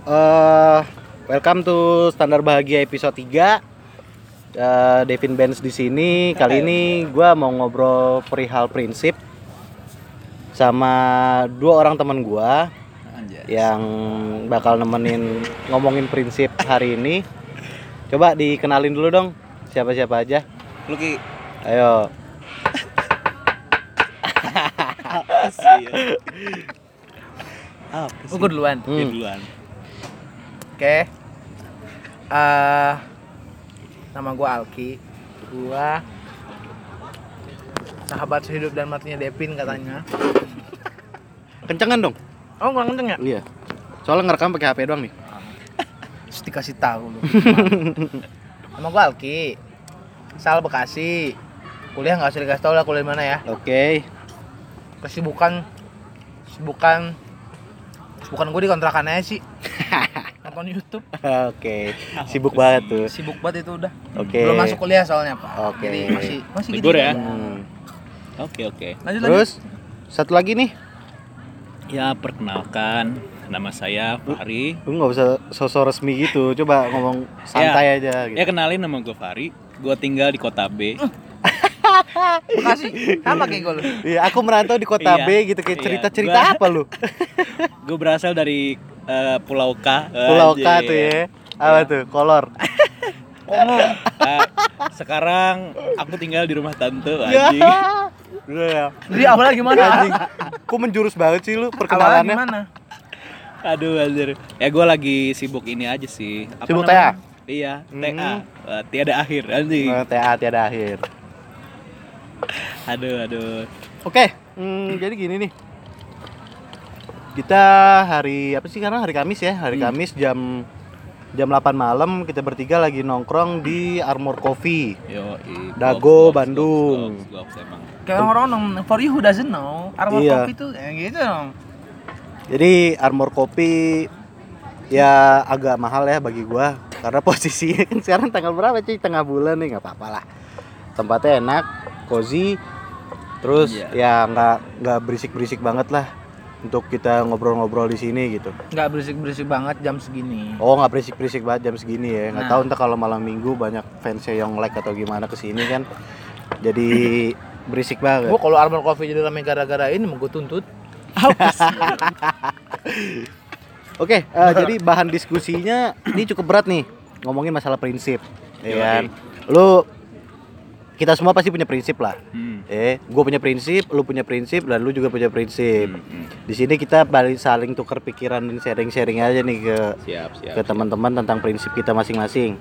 Eh, Welcome to Standar Bahagia episode 3. Devin Benz di sini. Kali ini gua mau ngobrol perihal prinsip sama dua orang teman gua yang bakal nemenin ngomongin prinsip hari ini. Coba dikenalin dulu dong. Siapa-siapa aja? Luki. Ayo. Gue duluan. Duluan. Oke. Nama gue Alki. Gue sahabat sehidup dan matinya Devin katanya. Kencengan dong. Oh, kurang kenceng ya? Iya. Soalnya ngerekam pakai HP doang nih. Terus dikasih tahu lu. Nama gue Alki. Asal Bekasi. Kuliah nggak usah dikasih tahu lah kuliah di mana ya. Oke. Kesibukan gue di kontrakan aja sih. Nonton YouTube. Oke. Sibuk banget tuh. Sibuk banget itu udah. Oke. Belum masuk kuliah soalnya, Pak. Oke. Jadi masih Libur gini. ya? Hmm. Oke. Lanjut. Terus satu lagi nih. Ya, perkenalkan, nama saya Fahri. Lu nggak usah sosok resmi gitu, coba ngomong santai aja gitu. Ya, kenalin, nama gue Fahri. Gue tinggal di kota B. Bekasi. Sama kayak gue lu. Iya, aku merantau di kota Iya. B gitu, kayak Iya. cerita-cerita apa lu? Gue berasal dari Pulau K. Pulau K Anjir. tuh ya. Apa tuh? Kolor. Nah, sekarang aku tinggal di rumah tante, Ya. anjing. Udah ya. Jadi awalnya gimana? Anjing. Kok menjurus banget sih lu Awalnya perkenalannya? gimana? Aduh, anjir. Ya, gue lagi sibuk ini aja sih. Apa Sibuk namanya? TA? Iya, TA. Tiada akhir, anjing. TA tiada akhir. Aduh. Oke, jadi gini nih. Kita hari apa sih sekarang? Hari Kamis ya. Hari Kamis jam 8 malam kita bertiga lagi nongkrong di Armor Coffee. Yo, Dago, Bandung. Emang. Kayak orang-orang for you who doesn't know, Armor Iya. Coffee tuh kayak gitu dong. Jadi Armor Coffee ya agak mahal ya bagi gua karena posisinya kan sekarang tanggal berapa cuy? Tengah bulan nih, nggak apa-apa lah. Tempatnya enak, cozy. Terus ya nggak berisik-berisik banget lah untuk kita ngobrol-ngobrol di sini gitu. Nggak berisik-berisik banget jam segini. Oh, nggak berisik-berisik banget jam segini ya. Nggak Nah. tahu entah kalau malam minggu banyak fansnya yang like atau gimana kesini kan. Jadi berisik banget. Gua kalau Armor Coffee jadi rame gara-gara ini mau gue tuntut. Oke, jadi bahan diskusinya ini cukup berat nih. Ngomongin masalah prinsip, ya kan? Kita semua pasti punya prinsip lah. Gue punya prinsip, lu punya prinsip, dan lu juga punya prinsip. Di sini kita saling tukar pikiran dan sharing-sharing aja nih ke teman-teman tentang prinsip kita masing-masing.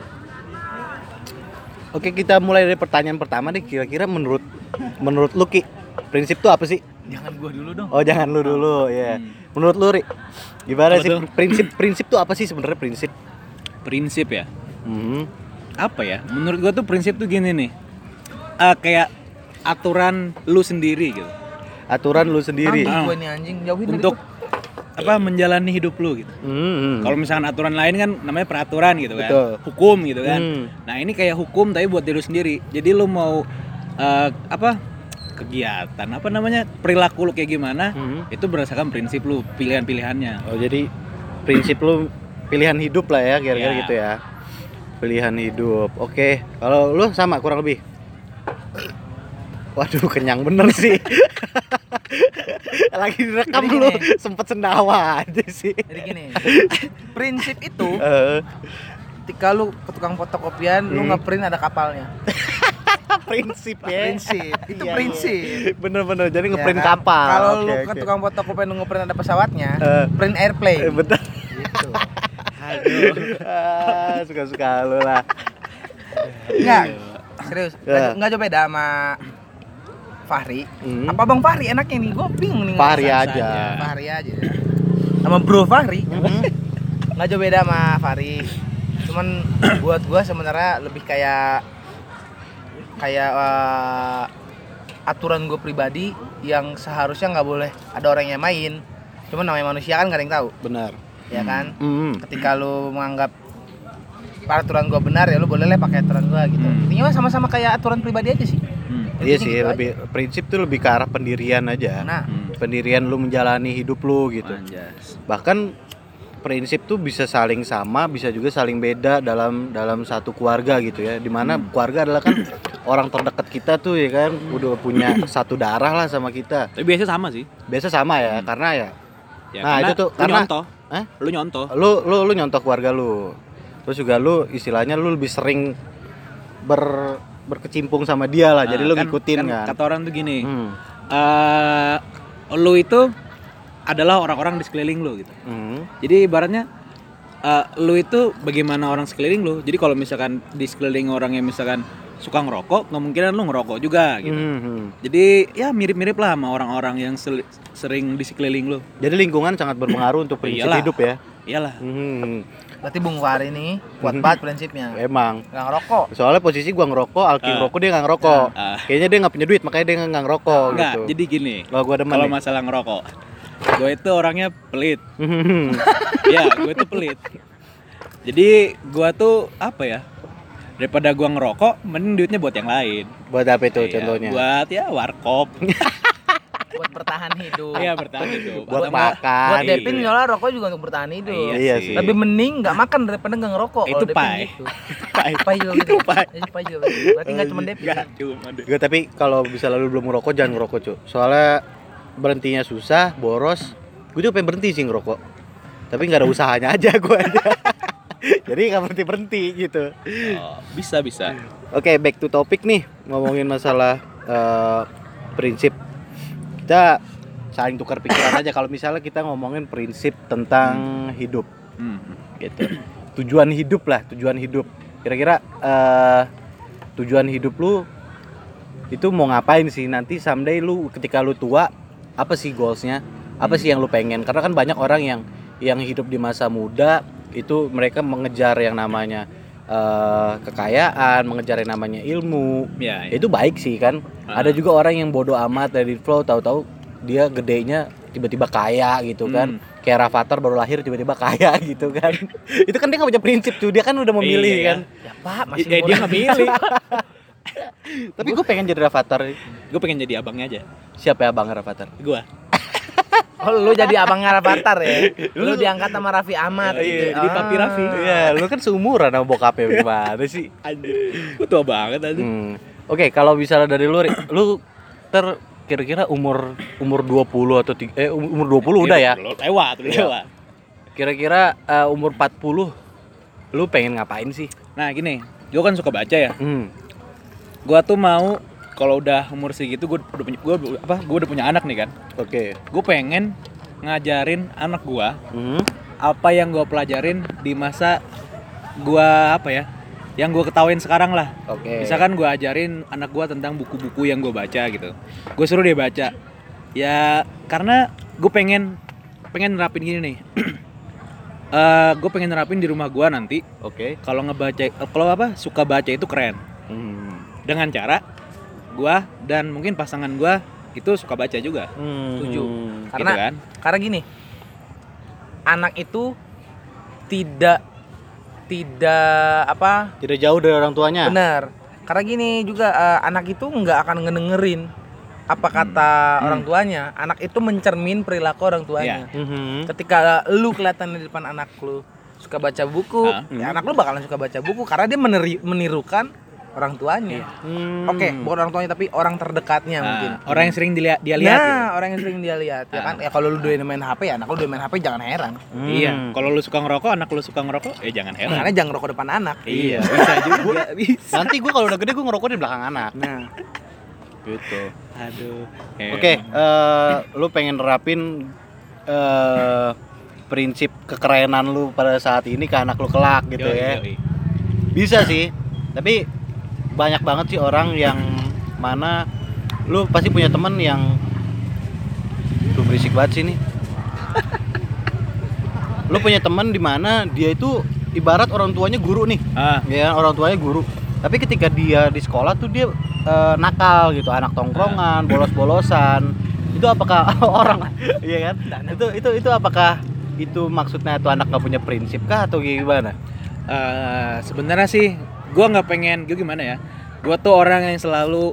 Oke, kita mulai dari pertanyaan pertama nih. Kira-kira menurut lu Ki, prinsip tuh apa sih? Jangan gua dulu dong. Oh, jangan lu dulu ya. Menurut lu Ri, gimana Apa sih tuh? prinsip tuh apa sih sebenarnya prinsip? Prinsip ya. Mhm. Apa ya? Menurut gua tuh prinsip tuh gini nih. Kayak aturan lu sendiri gitu. Aturan lu sendiri. Ambil gua nih anjing, jauhin Untuk dari apa menjalani hidup lu gitu. Mhm. Kalau misalkan aturan lain kan namanya peraturan gitu kan. Betul. Hukum gitu kan. Nah, ini kayak hukum tapi buat diri lu sendiri. Jadi lu mau kegiatan apa namanya? Perilaku lu kayak gimana? Itu berdasarkan prinsip lu, pilihan-pilihannya. Oh, jadi prinsip lu pilihan hidup lah ya, kira-kira Ya. gitu ya. Pilihan hidup. Oke, kalau lu sama kurang lebih. Waduh, kenyang bener sih. Lagi direkam Jadi lu gini. sempet sendawa aja sih. Jadi gini, prinsip itu Eh, ketika lu ke tukang fotokopian, lu ngeprint ada kapalnya. prinsip ya. Prinsip, itu Iya, prinsip. iya. Bener-bener, jadi Ya ngeprint kan? kapal. Kalau Oke, lu ke oke. tukang fotokopian lu ngeprint ada pesawatnya, print Eh, airplane. betul. Gitu. Aduh. Suka-suka lu lah. Enggak, serius. Ya. Enggak jauh beda sama Fahri. Hmm. Apa Bang Fahri enaknya nih? Gue bingung nih. Fahri ngerasain. aja. Fahri aja. Sama Bro Fahri. Mhm. Enggak jauh beda sama Fahri. Cuman buat gua sebenarnya lebih kayak aturan gue pribadi yang seharusnya nggak boleh ada orang yang main. Cuman namanya manusia kan nggak ada yang tahu, Benar. ya kan? Mhm. Ketika lu menganggap aturan gue benar, ya lu boleh lah pakai aturan gue gitu. Intinya mah sama-sama kayak aturan pribadi aja sih. Iya Intinya sih, gitu lebih prinsip tuh lebih ke arah pendirian aja. Nah, Pendirian lu menjalani hidup lu gitu. Anjas. Bahkan prinsip tuh bisa saling sama, bisa juga saling beda dalam satu keluarga gitu ya. Dimana keluarga adalah kan orang terdekat kita tuh ya kan, udah punya satu darah lah sama kita. Tapi biasanya sama sih. Biasa sama ya, karena ya. Ya, Nah, karena itu tuh lu karena nyontoh. Hah? Lu nyontoh. Lu nyontoh keluarga lu. Terus juga lu istilahnya lu lebih sering berkecimpung sama dia lah. Jadi lu ngikutin kan. Kata orang tuh gini. Hmm. Lu itu adalah orang-orang di sekeliling lu gitu. Jadi ibaratnya lu itu bagaimana orang sekeliling lu. Jadi kalau misalkan di sekeliling orang yang misalkan suka ngerokok, kemungkinan lu ngerokok juga gitu. Jadi ya mirip-mirip lah sama orang-orang yang sering di sekeliling lu. Jadi lingkungan sangat berpengaruh untuk prinsip Iyalah. hidup ya. Iyalah. Berarti Bung Fahri ini kuat banget prinsipnya. Emang. Nggak ngerokok. Soalnya posisi gua ngerokok, Alki ngerokok, dia nggak ngerokok. Kayaknya dia nggak punya duit, makanya dia nggak ngerokok Enggak, gitu. jadi gini. Kalau gua demen Kalau nih. masalah ngerokok, gue itu orangnya pelit. Ya, gue itu pelit. Jadi gue tuh apa ya? Daripada gue ngerokok, mending duitnya buat yang lain. Buat apa itu Iya, contohnya? Buat ya warkop. Buat bertahan hidup. Iya bertahan hidup. Buat Atau makan. Buat Devin Iya. nyola rokok juga untuk bertahan hidup. Iya sih. Lebih mending nggak makan daripada nggak ngerokok. Itu kalau Devin pai. gitu. Pai. Pai juga gitu. Itu pai. Pai juga gitu. Berarti nggak cuma Devin. Enggak, cuma deh. Gue tapi kalau bisa lalu belum ngerokok jangan ngerokok cuy. Soalnya berhentinya susah, boros. Gue juga pengen berhenti sih ngerokok. Tapi nggak ada usahanya aja gue aja. Jadi nggak berhenti gitu. Oh, bisa. Oke, back to topic nih, ngomongin masalah prinsip. Kita saling tukar pikiran aja kalau misalnya kita ngomongin prinsip tentang hidup gitu. Tujuan hidup. Kira-kira tujuan hidup lu itu mau ngapain sih nanti someday lu ketika lu tua, apa sih goalsnya? Apa sih yang lu pengen? Karena kan banyak orang yang hidup di masa muda itu mereka mengejar yang namanya kekayaan, mengejar yang namanya ilmu. Ya. Itu baik sih kan. Ada juga orang yang bodoh amat dari flow, tahu-tahu dia gedenya tiba-tiba kaya gitu kan. Kayak Rafathar baru lahir tiba-tiba kaya gitu kan. Itu kan dia nggak punya prinsip tuh, dia kan udah memilih Iya. kan. Ya Pak, masih Dia nggak milih. Tapi gue pengen jadi Rafathar. Gue pengen jadi abangnya aja. Siapa ya abang Rafathar? Gue. Oh, lu jadi abang Rafathar ya? Lu diangkat sama Raffi Ahmad gitu. Jadi papi Raffi. Iya, lu kan seumuran sama bokapnya gimana sih? Anjir. Gue tua banget aja. Oke, kalau misalnya dari lu, lu kira-kira umur 20 atau umur 20 udah ya? Lewat. Kira-kira umur 40 lu pengen ngapain sih? Nah gini, gue kan suka baca ya. Gue tuh mau kalau udah umur segitu gue udah punya anak nih kan. Oke. Gue pengen ngajarin anak gue apa yang gue pelajarin di masa gue yang gue ketahuin sekarang lah. Oke. Misalkan gue ajarin anak gue tentang buku-buku yang gue baca gitu. Gue suruh dia baca. Ya karena gue pengen nerapin gini nih. Gue pengen nerapin di rumah gue nanti. Oke. Kalau suka baca itu keren. Dengan cara gue dan mungkin pasangan gue itu suka baca juga. Setuju. Gitu kan? Karena gini, anak itu tidak jauh dari orang tuanya. benar. Karena gini juga anak itu nggak akan ngedengerin apa kata orang tuanya. Anak itu mencermin perilaku orang tuanya. Ketika lu kelihatan di depan anak lu suka baca buku, ya anak lu bakalan suka baca buku karena dia menirukan orang tuanya. Oke, bukan orang tuanya tapi orang terdekatnya mungkin. Orang yang sering dia lihat. Orang yang sering dia lihat ya kan. Ya kalau lu doyan main HP, anak lu doyan main HP jangan heran. Iya. Kalau lu suka ngerokok, anak lu suka ngerokok, jangan heran. Karena jangan rokok depan anak. Iya, bisa juga, bisa. Nanti gue kalau udah gede gue ngerokok di belakang anak. Nah, Gitu. Aduh. Oke, lu pengen nerapin prinsip kekerenan lu pada saat ini ke anak lu kelak gitu ya. Bisa sih. Tapi banyak banget sih orang yang mana lu pasti punya temen yang tuh berisik banget sih nih. Lu punya temen di mana dia itu ibarat orang tuanya guru nih. Ya, orang tuanya guru. Tapi ketika dia di sekolah tuh dia nakal gitu, anak tongkrongan, bolos-bolosan. Itu apakah orang iya kan? Itu apakah itu maksudnya tuh anak nggak punya prinsip kah atau gimana? Sebenarnya sih gue nggak pengen, gue gimana ya? Gue tuh orang yang selalu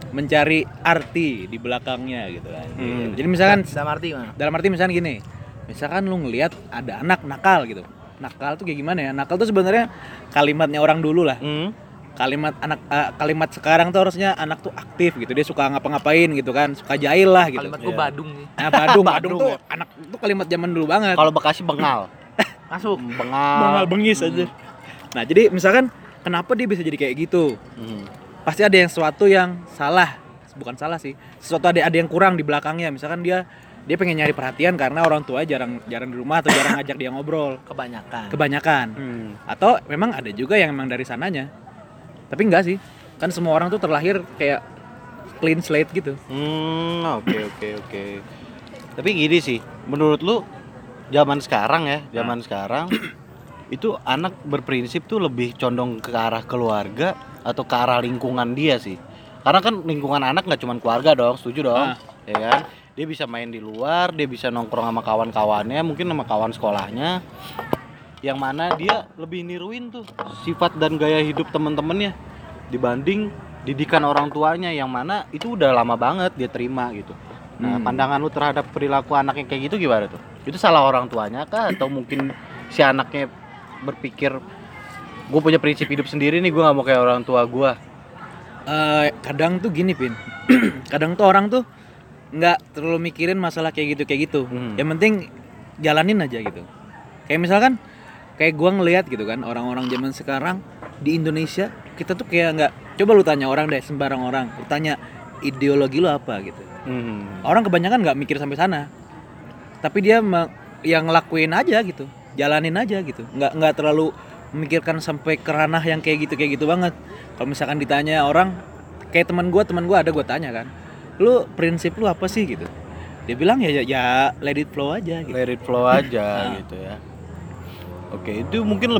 mencari arti di belakangnya gitu kan. Jadi misalkan dalam arti mana? dalam arti misalkan gini, misalkan lu ngelihat ada anak nakal gitu. Nakal tuh kayak gimana ya? Nakal tuh sebenarnya kalimatnya orang dulu lah. Kalimat sekarang tuh harusnya anak tuh aktif gitu, dia suka ngapa-ngapain gitu kan, suka jahil lah gitu. Kalimat gue Badung nih. Nah, Badung tuh anak tuh kalimat zaman dulu banget. Kalau Bekasi bengal. Masuk. Bengal bengis aja. Nah, jadi misalkan kenapa dia bisa jadi kayak gitu? Pasti ada yang sesuatu yang salah. Bukan salah sih. Sesuatu ada yang kurang di belakangnya. Misalkan dia pengen nyari perhatian karena orang tua jarang di rumah atau jarang ngajak dia ngobrol. Kebanyakan. Atau memang ada juga yang memang dari sananya. Tapi enggak sih, kan semua orang tuh terlahir kayak clean slate gitu. Oke. Tapi gini sih, menurut lu zaman sekarang itu anak berprinsip tuh lebih condong ke arah keluarga atau ke arah lingkungan dia sih? Karena kan lingkungan anak nggak cuma keluarga dong, setuju dong, ya kan? Dia bisa main di luar, dia bisa nongkrong sama kawan-kawannya, mungkin sama kawan sekolahnya. Yang mana dia lebih niruin tuh sifat dan gaya hidup temen-temennya dibanding didikan orang tuanya, yang mana itu udah lama banget dia terima gitu. Nah, pandangan lu terhadap perilaku anak yang kayak gitu gimana tuh? Itu salah orang tuanya kah, atau mungkin si anaknya berpikir gue punya prinsip hidup sendiri nih, gue nggak mau kayak orang tua gue? Kadang tuh gini Pin, kadang tuh orang tuh nggak terlalu mikirin masalah kayak gitu. Yang penting jalanin aja gitu. Kayak misalkan kayak gue ngelihat gitu kan, orang-orang zaman sekarang di Indonesia kita tuh kayak nggak, coba lu tanya orang deh, sembarang orang, lu tanya ideologi lu apa gitu. Orang kebanyakan nggak mikir sampai sana, tapi dia yang ngelakuin aja gitu, jalanin aja gitu, nggak terlalu memikirkan sampai ke ranah yang kayak gitu banget. Kalau misalkan ditanya orang, kayak teman gue ada, gue tanya kan, lu prinsip lu apa sih gitu, dia bilang ya let it flow aja gitu. Let it flow aja gitu ya. Oke, itu mungkin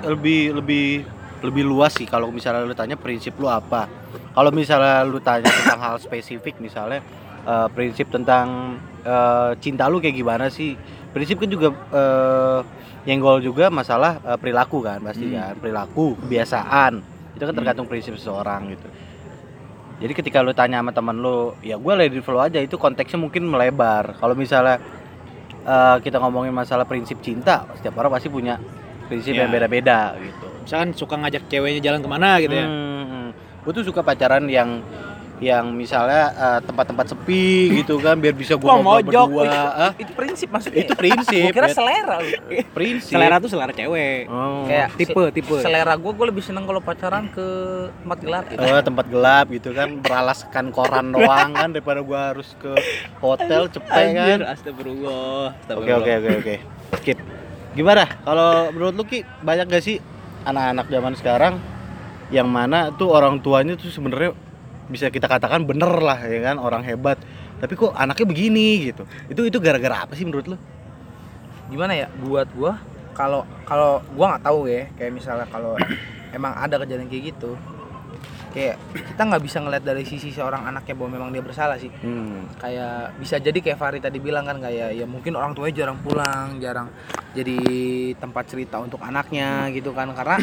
lebih luas sih kalau misalnya lu tanya prinsip lu apa. Kalau misalnya lu tanya tentang hal spesifik, misalnya prinsip tentang cinta lu kayak gimana sih? Prinsip kan juga nyenggol juga masalah perilaku kan, pasti kan. Perilaku, kebiasaan. Itu kan tergantung prinsip seseorang gitu. Jadi ketika lu tanya sama teman lu, ya gue let it flow aja, itu konteksnya mungkin melebar. Kalau misalnya kita ngomongin masalah prinsip cinta, setiap orang pasti punya prinsip yang beda-beda gitu. Misalkan suka ngajak ceweknya jalan kemana gitu ya. Gue tuh suka pacaran yang misalnya tempat-tempat sepi gitu kan, biar bisa gue ngobrol berdua. Itu prinsip maksudnya? Itu prinsip. Gue kira selera lu. Prinsip. Selera tuh selera cewek. Kayak tipe. Selera gue lebih seneng kalau pacaran ke tempat gelap gitu. Tempat gelap gitu kan, beralaskan koran doang kan, daripada gue harus ke hotel cepet kan. Astagfirullah. Oke. Skip. Gimana? Kalau menurut lu Ki, banyak gak sih anak-anak zaman sekarang yang mana tuh orang tuanya tuh sebenarnya bisa kita katakan bener lah ya kan, orang hebat, tapi kok anaknya begini gitu? Itu gara-gara apa sih menurut lu? Gimana ya? Buat gua, kalau gua nggak tahu ya, kayak misalnya kalau emang ada kejadian kayak gitu, kayak kita nggak bisa ngeliat dari sisi seorang anaknya bahwa memang dia bersalah sih. Kayak bisa jadi kayak Fahri tadi bilang kan, kayak ya mungkin orang tuanya jarang pulang, jarang jadi tempat cerita untuk anaknya gitu kan, karena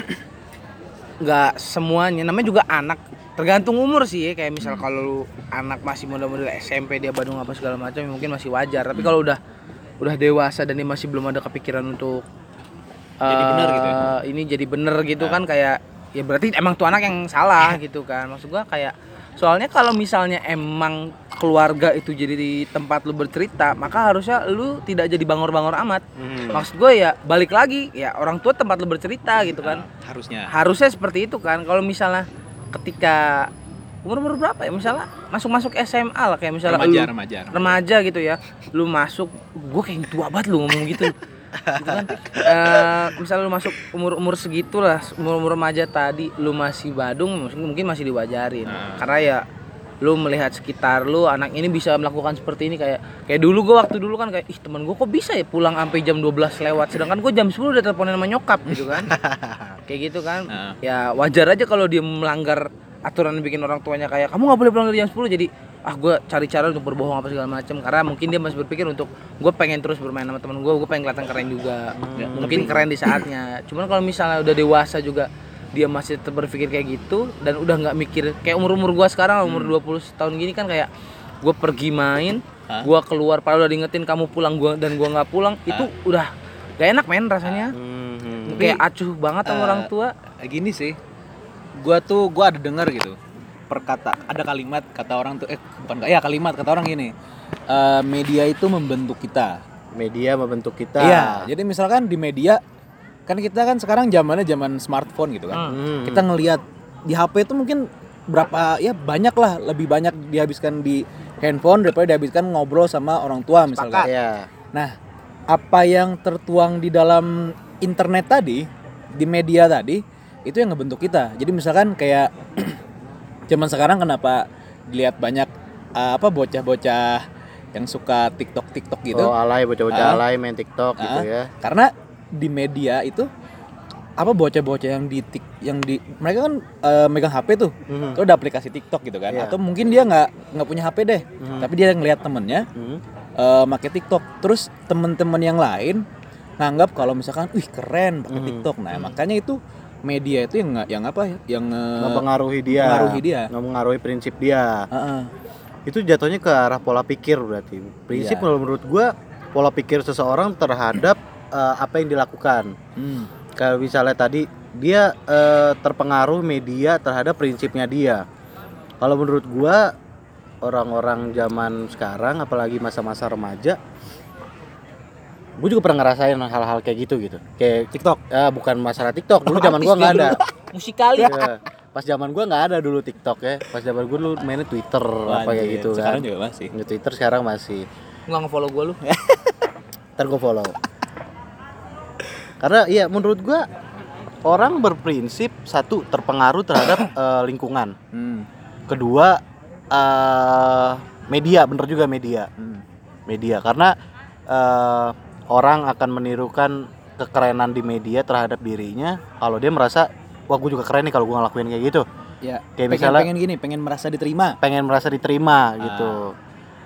nggak semuanya, namanya juga anak, tergantung umur sih ya. Kayak misal kalau anak masih muda-muda SMP dia Badung apa segala macam mungkin masih wajar, tapi kalau udah dewasa dan dia masih belum ada kepikiran untuk jadi bener gitu ya? Ini jadi bener gitu kan, kayak ya berarti emang tuh anak yang salah gitu kan. Maksud gua kayak, soalnya kalau misalnya emang keluarga itu jadi di tempat lu bercerita, maka harusnya lu tidak jadi bangor-bangor amat. Maksud gue ya balik lagi, ya orang tua tempat lu bercerita gitu kan. Harusnya seperti itu kan. Kalau misalnya ketika umur berapa ya, misalnya masuk SMA lah, kayak misalnya remaja gitu ya, lu masuk, gue kayak tua banget lu ngomong gitu. Gitu kan. Misalnya lu masuk umur segitulah, umur remaja tadi, lu masih Badung, mungkin masih diwajarin. Karena ya lu melihat sekitar lu, anak ini bisa melakukan seperti ini. Kayak dulu gue, waktu dulu kan kayak, ih temen gue kok bisa ya pulang sampai jam 12 lewat, sedangkan gue jam 10 udah teleponin sama nyokap gitu kan. Kayak gitu kan. Ya wajar aja kalau dia melanggar aturan yang bikin orang tuanya, kayak kamu nggak boleh pulang dari jam 10, jadi gue cari cara untuk berbohong apa segala macam, karena mungkin dia masih berpikir untuk gue pengen terus bermain sama teman gue pengen kelihatan keren juga. Mungkin keren di saatnya. Cuman kalau misalnya udah dewasa juga dia masih tetap berpikir kayak gitu dan udah nggak mikir, kayak umur gue sekarang umur 20 tahun gini kan, kayak gue pergi main, gue keluar padahal udah diingetin kamu pulang dan gue nggak pulang, itu udah gak enak men rasanya. Kayak acuh banget sama orang tua. Gini sih, gue ada dengar gitu ada kalimat kata orang tuh kalimat kata orang gini, media itu membentuk kita. Media membentuk kita. Iya, jadi misalkan di media kan kita kan sekarang zaman smartphone gitu kan. Kita ngelihat di HP itu mungkin berapa ya banyak lah, lebih banyak dihabiskan di handphone daripada dihabiskan ngobrol sama orang tua misalkan. Ya. Nah, apa yang tertuang di dalam internet tadi, di media tadi, itu yang ngebentuk kita. Jadi misalkan kayak zaman sekarang kenapa dilihat banyak bocah-bocah yang suka TikTok gitu. Oh, alay, bocah-bocah alay main TikTok gitu ya. Karena di media itu bocah-bocah yang di mereka kan megang HP tuh. Itu ada aplikasi TikTok gitu kan. Atau mungkin dia nggak punya HP deh. Tapi dia ngelihat temennya pakai TikTok. Terus teman-teman yang lain nganggap kalau misalkan keren pakai TikTok. Nah, makanya itu media itu yang mempengaruhi dia. Mempengaruhi prinsip dia. Itu jatuhnya ke arah pola pikir berarti. Prinsip kalau menurut gua pola pikir seseorang terhadap apa yang dilakukan. Kalau misalnya tadi dia terpengaruh media terhadap prinsipnya dia. Kalau menurut gua orang-orang zaman sekarang apalagi masa-masa remaja, gue juga pernah ngerasain hal-hal kayak gitu. Kayak TikTok. Bukan masalah TikTok. Dulu zaman gua enggak ada. Musikali. Pas zaman gue nggak ada dulu TikTok ya. Pas zaman gue dulu mainnya Twitter apa kayak gitu kan. Sekarang juga masih. Twitter sekarang masih. Nggak nge-follow gue lu. Ntar gue follow. Karena ya menurut gue orang berprinsip satu terpengaruh terhadap lingkungan. Kedua media, bener juga media. Media karena orang akan menirukan kekerenan di media terhadap dirinya kalau dia merasa wah gue juga keren nih kalau gue ngelakuin kayak gitu. Ya. Kayak misalnya pengen merasa diterima. Pengen merasa diterima gitu.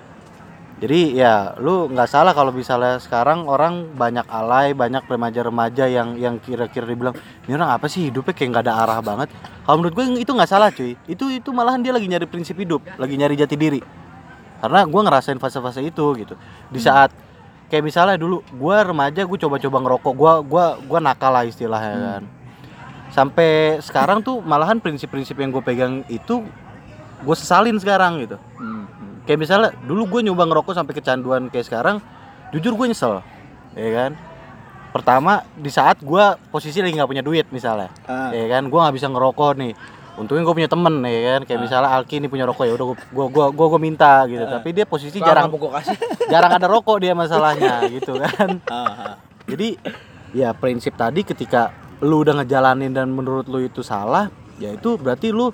Jadi ya lu nggak salah kalau misalnya sekarang orang banyak alay, banyak remaja-remaja yang kira-kira dibilang ini orang apa sih hidupnya kayak nggak ada arah banget. Kalau menurut gue itu nggak salah cuy. Itu malahan dia lagi nyari prinsip hidup, lagi nyari jati diri. Karena gue ngerasain fase-fase itu gitu. Di saat kayak misalnya dulu gue remaja gue coba-coba ngerokok, gue nakal lah istilahnya kan. Sampai sekarang tuh malahan prinsip-prinsip yang gue pegang itu gue sesalin sekarang gitu. Kayak misalnya dulu gue nyoba ngerokok sampai kecanduan kayak sekarang, jujur gue nyesel, ya kan. Pertama di saat gue posisi lagi nggak punya duit misalnya, ya kan, gue nggak bisa ngerokok nih. Untungnya gue punya temen, ya kan, kayak misalnya Alki nih punya rokok ya udah gue minta gitu. Tapi dia posisi jarang ada rokok dia masalahnya gitu kan. Jadi ya prinsip tadi ketika lu udah ngejalanin dan menurut lu itu salah, ya itu berarti lu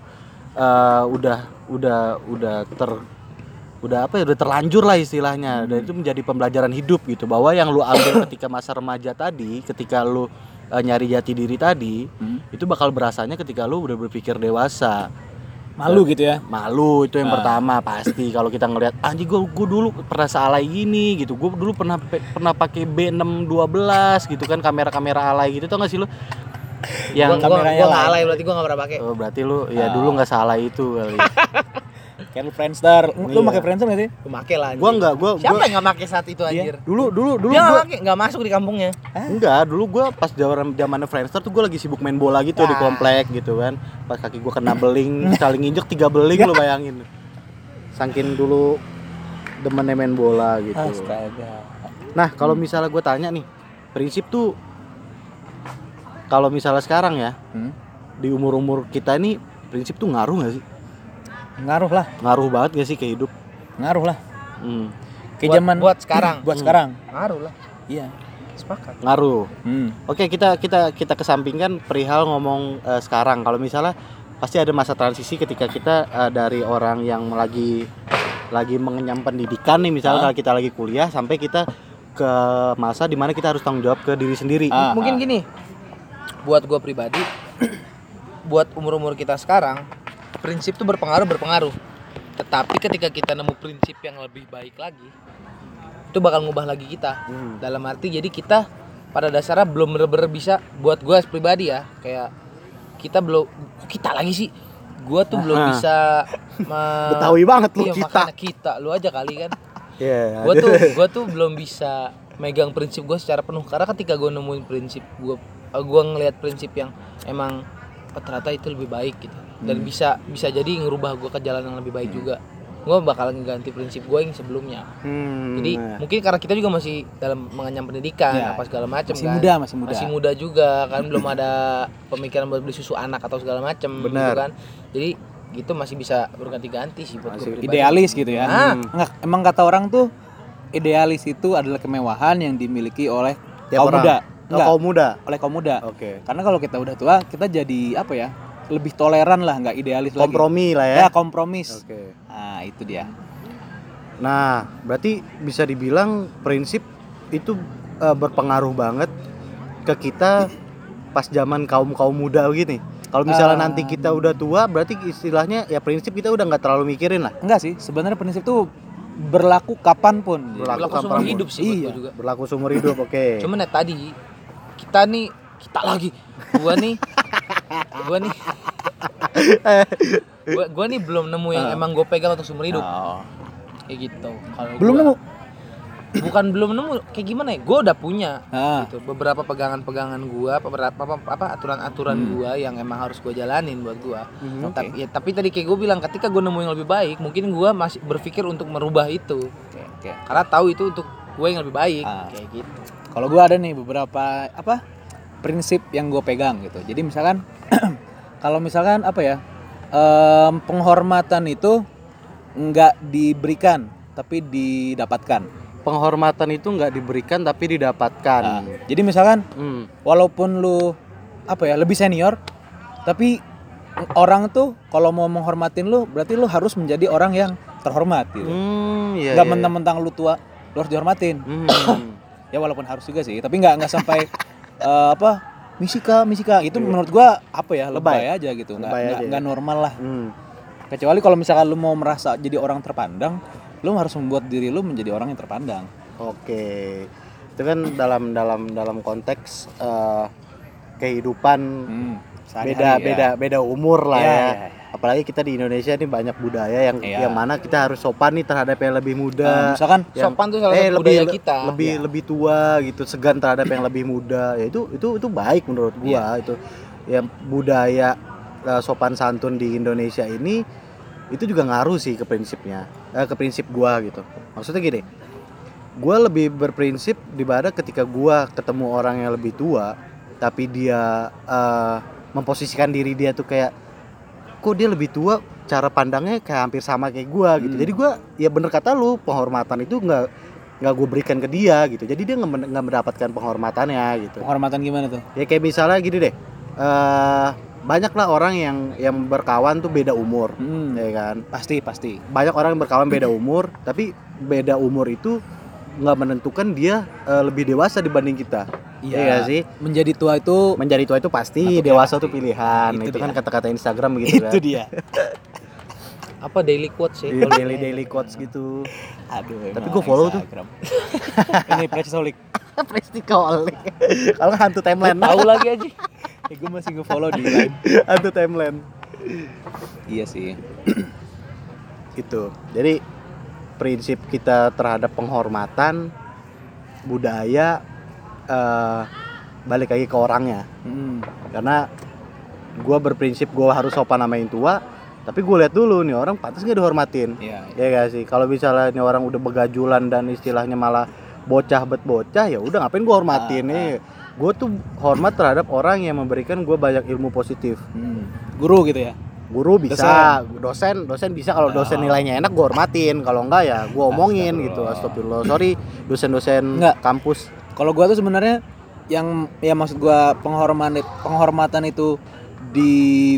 udah terlanjur lah istilahnya. Dan itu menjadi pembelajaran hidup gitu, bahwa yang lu ambil ketika masa remaja tadi, ketika lu nyari jati diri tadi, itu bakal berasanya ketika lu udah berpikir dewasa. Malu gitu ya. Malu itu yang pertama pasti. Kalau kita ngelihat anjing gue dulu pernah salai gini gitu. Gue dulu pernah pakai B612 gitu kan, kamera alay gitu, tau gak sih lu? Yang kameranya gue nggak alay, berarti gue nggak pernah pakai. Oh, berarti lu ya dulu nggak salah itu kali. Kayak lu Friendster. Lu pakai Friendster enggak sih? Gue pakai lah. Gua enggak, siapa yang enggak pakai saat itu anjir? Dulu dia enggak pakai, enggak masuk di kampungnya. Enggak, dulu gua pas zamannya Friendster tuh gua lagi sibuk main bola gitu di komplek gitu kan. Pas kaki gua kena beling, saling injek 3 beling lu bayangin. Saking dulu demennya main bola gitu. Astaga. Nah, kalau misalnya gua tanya nih, prinsip tuh kalau misalnya sekarang ya, di umur-umur kita ini prinsip tuh ngaruh enggak sih? Ngaruh lah. Ngaruh banget gak sih ke hidup? Ngaruh lah. Kayak zaman buat sekarang. Buat sekarang. Ngaruh lah. Iya. Sepakat. Ngaruh. Oke, kita kesampingkan perihal ngomong sekarang. Kalau misalnya pasti ada masa transisi ketika kita dari orang yang lagi mengenyam pendidikan nih, misalnya kalau kita lagi kuliah sampai kita ke masa dimana kita harus tanggung jawab ke diri sendiri. Mungkin gini, buat gue pribadi, buat umur kita sekarang, prinsip tuh berpengaruh. Tetapi ketika kita nemu prinsip yang lebih baik lagi, itu bakal ngubah lagi kita. Dalam arti jadi kita pada dasarnya belum bener-bener bisa, buat gue pribadi ya, kayak kita belum, kita lagi sih, Gua tuh belum bisa Betawi banget lu, iya, kita. makanya kita, lu aja kali kan. Iya. Gua tuh belum bisa megang prinsip gua secara penuh karena ketika gua nemuin prinsip gua ngelihat prinsip yang emang ternyata itu lebih baik gitu. Dan bisa jadi ngerubah gua ke jalan yang lebih baik juga. Gua bakal ngeganti prinsip gua yang sebelumnya. Jadi mungkin karena kita juga masih dalam mengenyam pendidikan Ya, apa segala macam masih kan. muda. Masih muda juga kan, belum ada pemikiran buat beli susu anak atau segala macam gitu Benar. kan. Jadi gitu masih bisa berganti-ganti sih buat gue pribadi. Idealis gitu ya. Ah. Enggak, emang kata orang tuh idealis itu adalah kemewahan yang dimiliki oleh Tiap kaum orang. muda. Oh, kaum muda. Oleh kaum muda. Oke. Karena kalau kita udah tua, kita jadi apa ya? Lebih toleran lah, nggak idealis Kompromi lah lagi. ya. Ya, kompromis. Oke. Nah, itu dia. Nah, berarti bisa dibilang prinsip itu berpengaruh banget ke kita pas zaman kaum muda gini. Kalau misalnya nanti kita udah tua, berarti istilahnya ya prinsip kita udah nggak terlalu mikirin lah. Enggak sih, sebenarnya prinsip tuh berlaku kapanpun. Berlaku Berlaku seumur kapanpun. hidup sih buat Iya. gua juga. Berlaku seumur hidup, oke. Cuman ya tadi kita lagi gua nih belum nemu yang emang gue pegang untuk seumur hidup Oh. kayak gitu. Kalau Belum gua- nemu. Bukan belum nemu, kayak gimana ya? Gue udah punya Ah. gitu. Beberapa pegangan gua, beberapa aturan-aturan gua yang emang harus gua jalanin buat gua. Oke. Tapi tadi kayak gue bilang ketika gue nemu yang lebih baik, mungkin gua masih berpikir untuk merubah itu. Oke. Karena tahu itu untuk gue yang lebih baik kayak gitu. Kalau gua ada nih beberapa prinsip yang gue pegang gitu. Jadi misalkan kalau misalkan penghormatan itu nggak diberikan tapi didapatkan. Penghormatan itu nggak diberikan tapi didapatkan. Nah, jadi misalkan walaupun lu lebih senior, tapi orang tuh kalau mau menghormatin lu berarti lu harus menjadi orang yang terhormat gitu. Iya. Nggak mentang-mentang lu tua lu harus dihormatin. Ya walaupun harus juga sih, tapi nggak sampai misika itu menurut gua lebay aja gitu, nggak normal lah. Kecuali kalau misalkan lu mau merasa jadi orang terpandang, lu harus membuat diri lu menjadi orang yang terpandang. Oke. Itu kan dalam konteks kehidupan beda umur lah ya. Apalagi kita di Indonesia ini banyak budaya yang mana kita harus sopan nih terhadap yang lebih muda. Misalkan sopan tuh salah satu budaya kita. Lebih tua gitu, segan terhadap yang lebih muda. Ya itu baik menurut gua itu. Ya budaya sopan santun di Indonesia ini itu juga ngaruh sih ke prinsip gua gitu. Maksudnya gini, gua lebih berprinsip daripada ketika gua ketemu orang yang lebih tua tapi dia memposisikan diri dia tuh kayak kok dia lebih tua, cara pandangnya kayak hampir sama kayak gua gitu. Jadi gua ya bener kata lu, penghormatan itu nggak gue berikan ke dia gitu. Jadi dia nggak mendapatkan penghormatannya gitu. penghormatan gimana tuh? Ya kayak misalnya gini deh, banyaklah orang yang berkawan tuh beda umur, ya kan? Pasti. Banyak orang yang berkawan beda umur, tapi beda umur itu nggak menentukan dia lebih dewasa dibanding kita. Iya sih. Menjadi tua itu pasti, dewasa tuh pilihan. Itu kan kata-kata Instagram gitu kan. Itu dia. Apa daily quotes ya? Iya, daily quotes gitu. Aduh. Tapi gue follow tuh. Ini Presolik. Prestikolik. Kalau nggak hantu timeline. Tahu lagi aja. Gue masih nge-follow di line. Hantu timeline. Iya sih. Gitu. Jadi prinsip kita terhadap penghormatan budaya balik lagi ke orangnya. Karena gue berprinsip gue harus sopan sama yang tua, tapi gue lihat dulu nih orang pantas nggak dihormatin. Iya. Ya gak sih. Kalau misalnya nih orang udah begajulan dan istilahnya malah bocah ya udah ngapain gue hormatin nih. Gue tuh hormat terhadap orang yang memberikan gue banyak ilmu positif. Guru gitu ya. Guru bisa, dosen bisa. Kalau dosen nilainya enak gue hormatin, kalau enggak ya gue omongin gitu. Astagfirullah, sorry dosen-dosen kampus. Kalau gue tuh sebenarnya yang maksud gue penghormatan itu di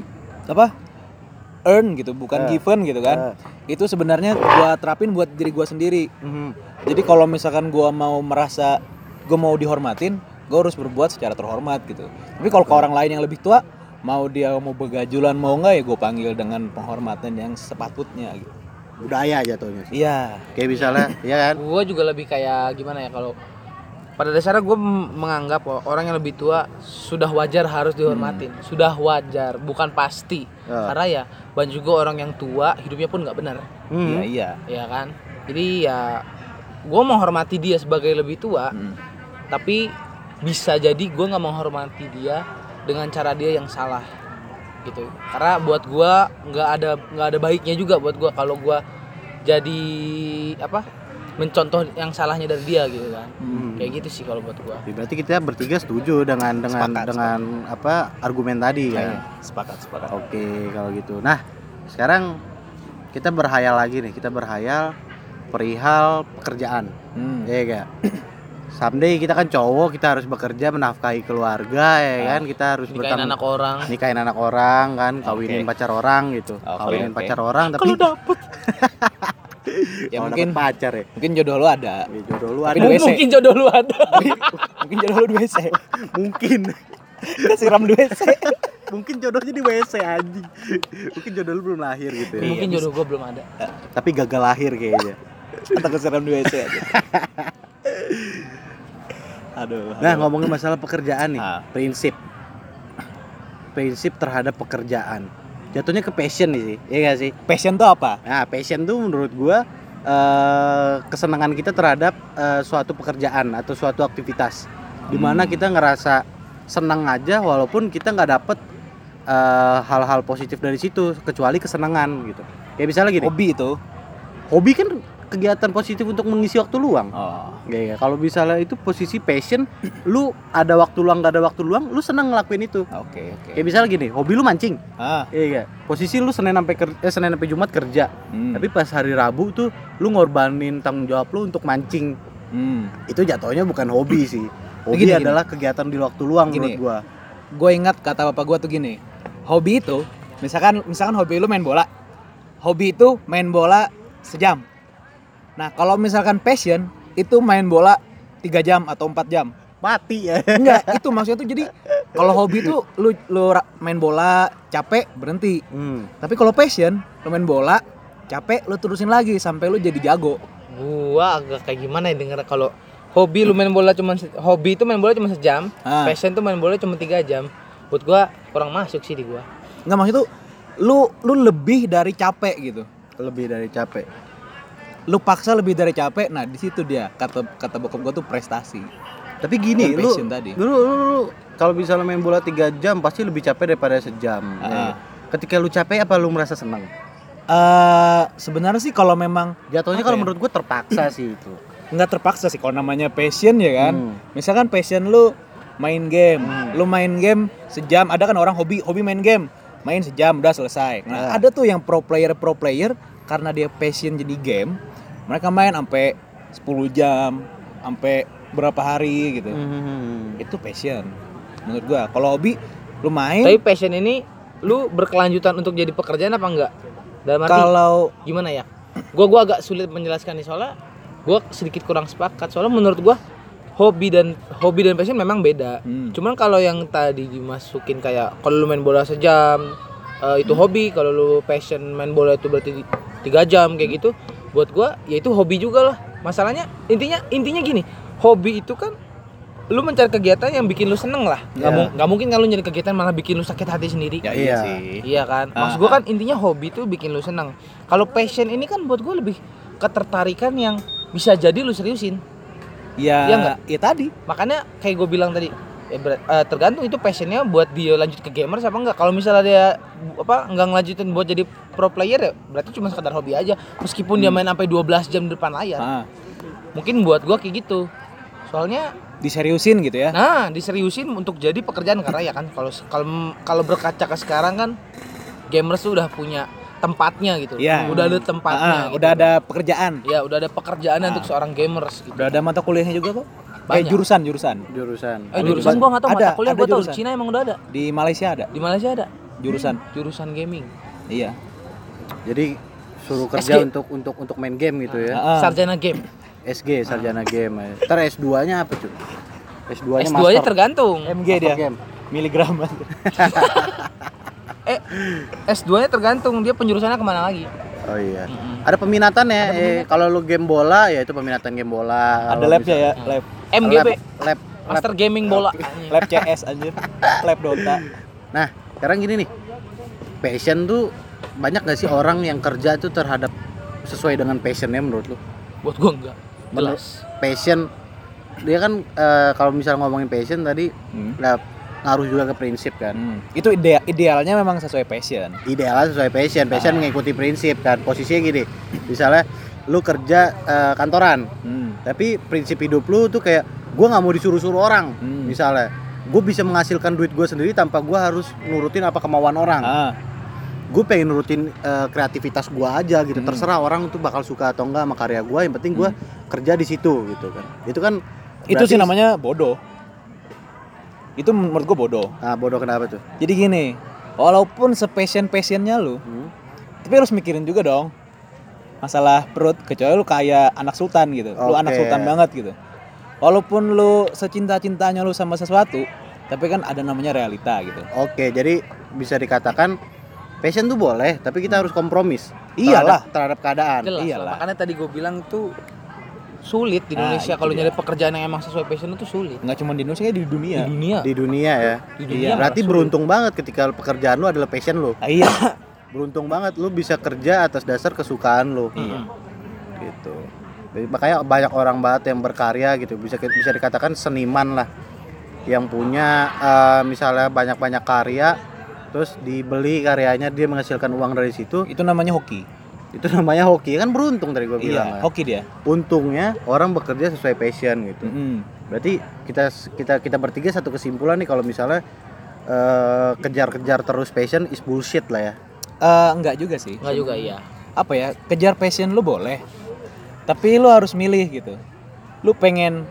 earn gitu, bukan given gitu kan. Itu sebenarnya gue terapin buat diri gue sendiri. Jadi kalau misalkan gue mau merasa gue mau dihormatin, gue harus berbuat secara terhormat gitu. Tapi kalau ke orang lain yang lebih tua, mau dia mau begajulan mau enggak ya gue panggil dengan penghormatan yang sepatutnya gitu. Budaya jatuhnya. Iya. Kayak misalnya, ya kan? Gue juga lebih kayak gimana ya, kalau pada dasarnya gue menganggap orang yang lebih tua sudah wajar harus dihormatin. Sudah wajar, bukan pasti. Karena ya banyak juga orang yang tua hidupnya pun nggak benar. Iya. Ya kan. Jadi ya gue menghormati dia sebagai lebih tua. Tapi bisa jadi gue nggak menghormati dia dengan cara dia yang salah gitu. Karena buat gue nggak ada baiknya juga buat gue kalau gue jadi mencontoh yang salahnya dari dia gitu kan. Kayak gitu sih kalau buat gua. Berarti kita bertiga setuju dengan argumen tadi kan. Sepakat. Oke, kalau gitu. Nah, sekarang kita berhayal lagi nih. Kita berhayal perihal pekerjaan. Iya enggak? Someday kita kan cowok, kita harus bekerja menafkahi keluarga ya kan. Kita harus nikahin anak orang kan, kawinin pacar orang gitu. Kawinin pacar orang tapi kalau dapet ya kalau mungkin dapet pacar ya. Mungkin jodoh lu ada. Ya, jodoh lu Tapi ada. mungkin jodoh lu ada. Mungkin jodoh lu di WC. Mungkin. Kita siram di WC. Mungkin jodohnya di WC anjing. Mungkin jodoh lu belum lahir gitu ya. Mungkin jodoh gua belum ada. Tapi gagal lahir kayaknya. Atau kesiram di WC aja. Aduh. Nah, ngomongin masalah pekerjaan nih, prinsip terhadap pekerjaan. Jatuhnya ke passion nih sih, iya gak sih? Passion tuh apa? Nah, passion tuh menurut gua kesenangan kita terhadap suatu pekerjaan atau suatu aktivitas, dimana kita ngerasa senang aja walaupun kita nggak dapet hal-hal positif dari situ kecuali kesenangan gitu. Kayak misalnya gini. Hobi kan kegiatan positif untuk mengisi waktu luang. Ya. Kalau misalnya itu posisi passion, lu ada waktu luang gak ada waktu luang, lu senang ngelakuin itu. Oke. Kayak misalnya gini, hobi lu mancing. Iya. Posisi lu Senin sampai Jumat kerja. Tapi pas hari Rabu tuh lu ngorbanin tanggung jawab lu untuk mancing. Itu jatuhnya bukan hobi sih. Hobi adalah kegiatan di waktu luang menurut gua. Gue ingat kata bapak gua tuh gini. Hobi itu, misalkan hobi lu main bola. Hobi itu main bola sejam. Nah, kalau misalkan passion itu main bola 3 jam atau 4 jam. Mati ya. Enggak, itu maksudnya tuh jadi kalau hobi tuh lu main bola capek berhenti. Tapi kalau passion, lu main bola capek lu terusin lagi sampai lu jadi jago. Gua agak kayak gimana ya denger kalau hobi lu main bola hobi itu main bola cuma sejam, passion tuh main bola cuma 3 jam. Buat gua kurang masuk sih di gua. Enggak, maksud tuh lu lebih dari capek gitu. Lebih dari capek. Lu paksa lebih dari capek, nah di situ dia kata bokap gua tuh prestasi. Tapi gini, lu kalau misalnya main bola 3 jam pasti lebih capek daripada sejam. Ketika lu capek apa lu merasa senang? Sebenarnya sih kalau memang jatuhnya kalau menurut gua terpaksa sih itu. Enggak terpaksa sih kalau namanya passion ya kan. Misalkan passion lu main game, lu main game sejam, ada kan orang hobi main game, main sejam udah selesai. Nah, ada tuh yang pro player karena dia passion jadi game, mereka main sampai 10 jam, sampai berapa hari gitu. Itu passion menurut gua. Kalau hobi lu main. Tapi passion ini lu berkelanjutan untuk jadi pekerjaan apa enggak? Dalam arti kalau gimana ya? Gua agak sulit menjelaskan nih soalnya gua sedikit kurang sepakat. Soalnya menurut gua hobi dan passion memang beda. Cuman kalau yang tadi dimasukin kayak kalau lu main bola sejam itu hobi, kalau lu passion main bola itu berarti 3 jam kayak gitu. Buat gua ya itu hobi juga lah. Masalahnya intinya gini, hobi itu kan lu mencari kegiatan yang bikin lu seneng lah. Nggak mungkin kan lu nyari kegiatan malah bikin lu sakit hati sendiri. Ya, iya sih. Iya kan. Maksud gua kan intinya hobi itu bikin lu seneng. Kalau passion ini kan buat gua lebih ketertarikan yang bisa jadi lu seriusin. Iya enggak? Ya tadi. Makanya kayak gue bilang tadi, tergantung itu passionnya buat dia lanjut ke gamer apa enggak. Kalau misalnya dia enggak ngelanjutin buat jadi pro player ya berarti cuma sekedar hobi aja. Meskipun dia main sampai 12 jam di depan layar. Mungkin buat gue kayak gitu. Soalnya diseriusin gitu ya. Nah, diseriusin untuk jadi pekerjaan karena ya kan kalau berkaca ke sekarang kan gamers tuh udah punya tempatnya gitu. Ya. Udah ada tempatnya gitu. Udah ada pekerjaan. Ya, udah ada pekerjaan untuk seorang gamers gitu. Udah ada mata kuliahnya juga kok. Banyak. Jurusan. Jurusan gua enggak tahu, ada, mata kuliah gua tahu jurusan. Cina emang udah ada. Di Malaysia ada. Jurusan gaming. Iya. Jadi suruh kerja untuk main game gitu ya. Sarjana game. SG, sarjana game. Ntar S2-nya apa cuy? S2-nya S2-nya tergantung. MG dia. Game. Miligram. S2-nya tergantung dia penjurusannya kemana lagi. Oh iya. Ada peminatan ya. Kalau lu game bola ya itu peminatan game bola. Ada Kalau labnya ya, lab MGB, lab. Master Gaming Bola. lab CS anjir. Lab Dota. Nah, sekarang gini nih. Passion tuh banyak gak sih orang yang kerja itu terhadap sesuai dengan passionnya menurut lu? Buat gua enggak. Menurut Jelas. passion dia kan kalau misalnya ngomongin passion tadi ngaruh juga ke prinsip kan. Itu idealnya memang sesuai passion. Idealnya sesuai passion mengikuti prinsip kan. Posisinya gini, misalnya lu kerja kantoran, tapi prinsip hidup lu tuh kayak gue nggak mau disuruh-suruh orang. Misalnya, gue bisa menghasilkan duit gue sendiri tanpa gue harus nurutin apa kemauan orang. Gue pengen nurutin kreativitas gue aja gitu. Terserah orang tuh bakal suka atau enggak sama karya gue. Yang penting gue kerja di situ gitu kan. Itu kan itu sih namanya bodoh. Itu menurut gue bodoh. Nah, bodoh kenapa tuh? Jadi gini, walaupun passionnya lu, tapi harus mikirin juga dong masalah perut, kecuali lu kayak anak sultan gitu. Lu anak sultan banget gitu. Walaupun lu secinta-cintanya lu sama sesuatu, tapi kan ada namanya realita gitu. Oke, jadi bisa dikatakan passion tuh boleh, tapi kita harus kompromis. Iyalah. Terhadap keadaan. Jelas. Iyalah. Makanya tadi gue bilang tuh sulit di Indonesia itu kalau dia. nyari pekerjaan yang emang sesuai passion itu sulit. Nggak cuma di Indonesia, kayak di dunia. Di dunia. Di dunia ya. Di dunia Berarti malah beruntung banget ketika pekerjaan lu adalah passion lu. Iya. Beruntung banget lu bisa kerja atas dasar kesukaan lu. Gitu. Jadi, makanya banyak orang banget yang berkarya gitu. Bisa dikatakan seniman lah. Yang punya misalnya banyak-banyak karya, terus dibeli karyanya, dia menghasilkan uang dari situ. Itu namanya hoki. Itu namanya hoki, kan beruntung tadi gue bilang. Iya, hoki dia. Untungnya orang bekerja sesuai passion gitu. Berarti kita bertiga satu kesimpulan nih kalau misalnya kejar-kejar terus passion is bullshit lah ya. Enggak juga sih. Enggak juga iya. Apa ya? Kejar passion lu boleh. Tapi lu harus milih gitu. Lu pengen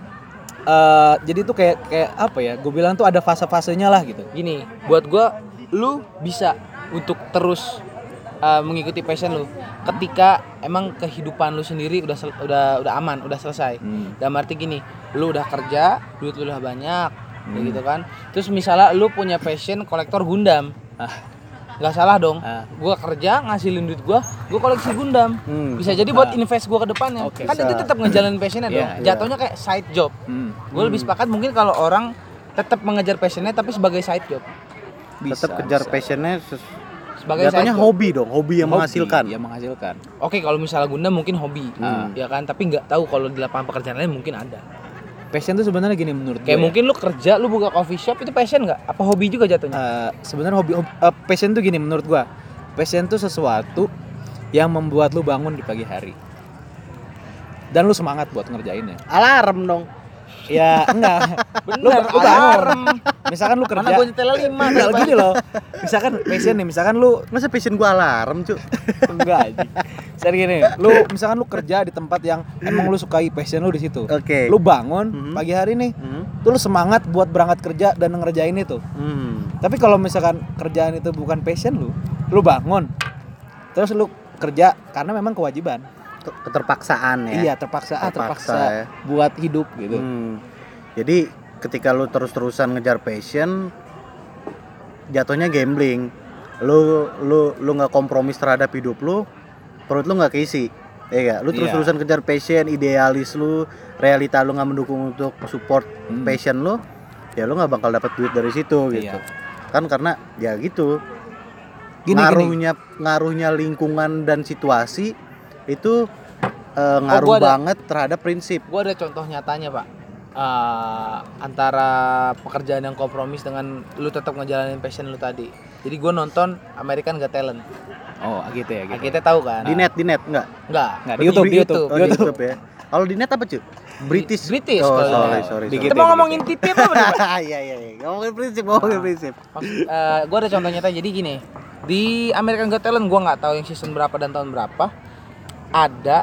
jadi tuh kayak apa ya? Gue bilang tuh ada fase-fasenya lah gitu. Gini, buat gua lu bisa untuk terus mengikuti passion lu ketika emang kehidupan lu sendiri udah aman, udah selesai. Dalam arti gini, lu udah kerja, duit lu udah banyak, kayak gitu kan. Terus misalnya lu punya passion kolektor Gundam. Nggak salah dong. Gua kerja ngasilin duit gua koleksi Gundam. Bisa jadi buat invest gua ke depannya. Kan itu tetap ngejalanin passionnya dong. Jatuhnya kayak side job. Gue lebih sepakat mungkin kalau orang tetap mengejar passionnya tapi sebagai side job. Tetap kejar passionnya Sebagai jatuhnya side job. hobi dong, hobi yang menghasilkan. Yang menghasilkan. Oke, kalau misalnya Gundam mungkin hobi, ya kan. Tapi nggak tahu kalau di lapangan pekerjaan lain mungkin ada. Passion tuh sebenarnya gini menurut gue. Kayak mungkin lu kerja, lu buka coffee shop itu passion nggak? Apa hobi juga jatuhnya? Sebenarnya passion tuh gini menurut gua. Passion tuh sesuatu yang membuat lu bangun di pagi hari. Dan lu semangat buat ngerjainnya. Alarm dong. Ya enggak. Bener, lu bangun. Misalkan lu kerja. Mana gue nyetel 5 Enggak gini loh. Misalkan passion nih, misalkan lu Masa passion gua alarm, Cuk? enggak anjing. Seri gini, misalkan lu kerja di tempat yang emang lu sukai passion lu di situ. Oke. Lu bangun pagi hari nih. Tuh lu semangat buat berangkat kerja dan ngerjain itu. Tapi kalau misalkan kerjaan itu bukan passion lu bangun. Terus lu kerja karena memang kewajiban. Keterpaksaan ya. Iya, terpaksa ya. buat hidup gitu. Jadi ketika lu terus-terusan ngejar passion, jatuhnya gambling. Lu nggak kompromis terhadap hidup lu, perut lu nggak keisi. Ya gak? Lu terus-terusan kejar passion, idealis lu, realita lu nggak mendukung untuk support passion lu, ya lu nggak bakal dapat duit dari situ gitu. Kan karena ya gitu. Ngaruhnya lingkungan dan situasi itu ngaruh banget terhadap prinsip. Gue ada contoh nyatanya, Pak. Antara pekerjaan yang kompromis dengan lu tetap ngejalanin passion lu tadi. Jadi gue nonton American Got Talent. Oh, gitu ya, gitu. Kita tahu kan? Di net enggak? Enggak. Di YouTube. Oh, di YouTube ya. Kalau di net apa, Cuy? British. Oh, sorry. Kita mau ngomongin TV apa bener? Iya. Ngomongin prinsip. Gue ada contoh nyata. Jadi gini, di American Got Talent gue nggak tahu yang season berapa dan tahun berapa, ada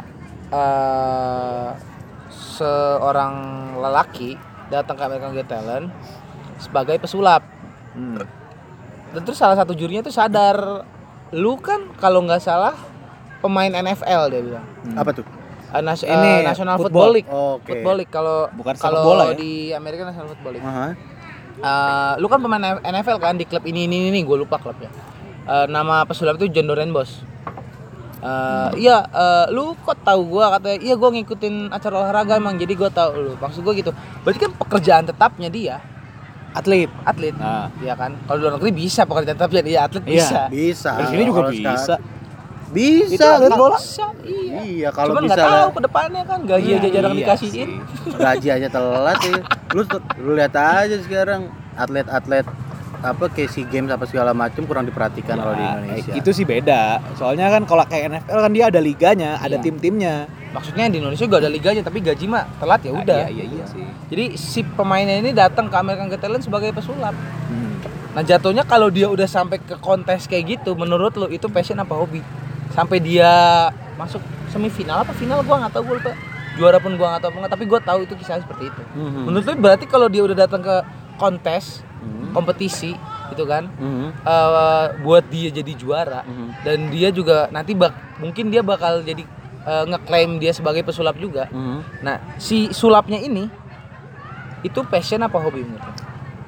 seorang lelaki datang ke American Got Talent sebagai pesulap. Dan terus salah satu jurinya tuh sadar, lu kan kalau nggak salah pemain NFL, dia bilang. Apa tuh? National Football League. Okay. Football League kalau bola, ya? di Amerika National Football League. Lu kan pemain NFL kan di klub ini gue lupa klubnya. Nama pesulap itu John Dorenbos. Lu kok tahu gua, katanya iya gua ngikutin acara olahraga emang, jadi gua tahu lu. Maksud gua gitu. Berarti kan pekerjaan tetapnya dia Atlet. Nah, iya kan. Kalau di luar negeri bisa pekerjaan tetapnya dia atlet Iya. bisa. Bisa. Di sini juga Kalau bisa. sekarang- Bisa Itu atlet bola. Bisa, iya. Iya, kalau Cuman nggak misalnya tahu ke depannya kan gaji aja jarang Iya dikasihin. sih. gaji aja telat ya. Lu lihat aja sekarang atlet-atlet apa kayak SEA Games apa segala macam kurang diperhatikan kalau di Indonesia. Itu sih beda. Soalnya kan kalau kayak NFL kan dia ada liganya, ada Iya. tim-timnya. Maksudnya di Indonesia juga ada liganya, tapi gaji mah telat ya udah. Iya sih. Jadi si pemainnya ini datang ke American Got Talent sebagai pesulap. Hmm. Nah jatuhnya kalau dia udah sampai ke kontes kayak gitu, menurut lo itu passion apa hobi? Sampai dia masuk semifinal apa final gua nggak tahu, gua lupa. Juara pun gua nggak tahu apa, tapi gua tahu itu kisahnya seperti itu. Menurut lo berarti kalau dia udah datang ke kontes, kompetisi gitu kan, buat dia jadi juara, dan dia juga nanti mungkin dia bakal jadi ngeklaim dia sebagai pesulap juga. Nah si sulapnya ini itu passion apa hobi menurut lo?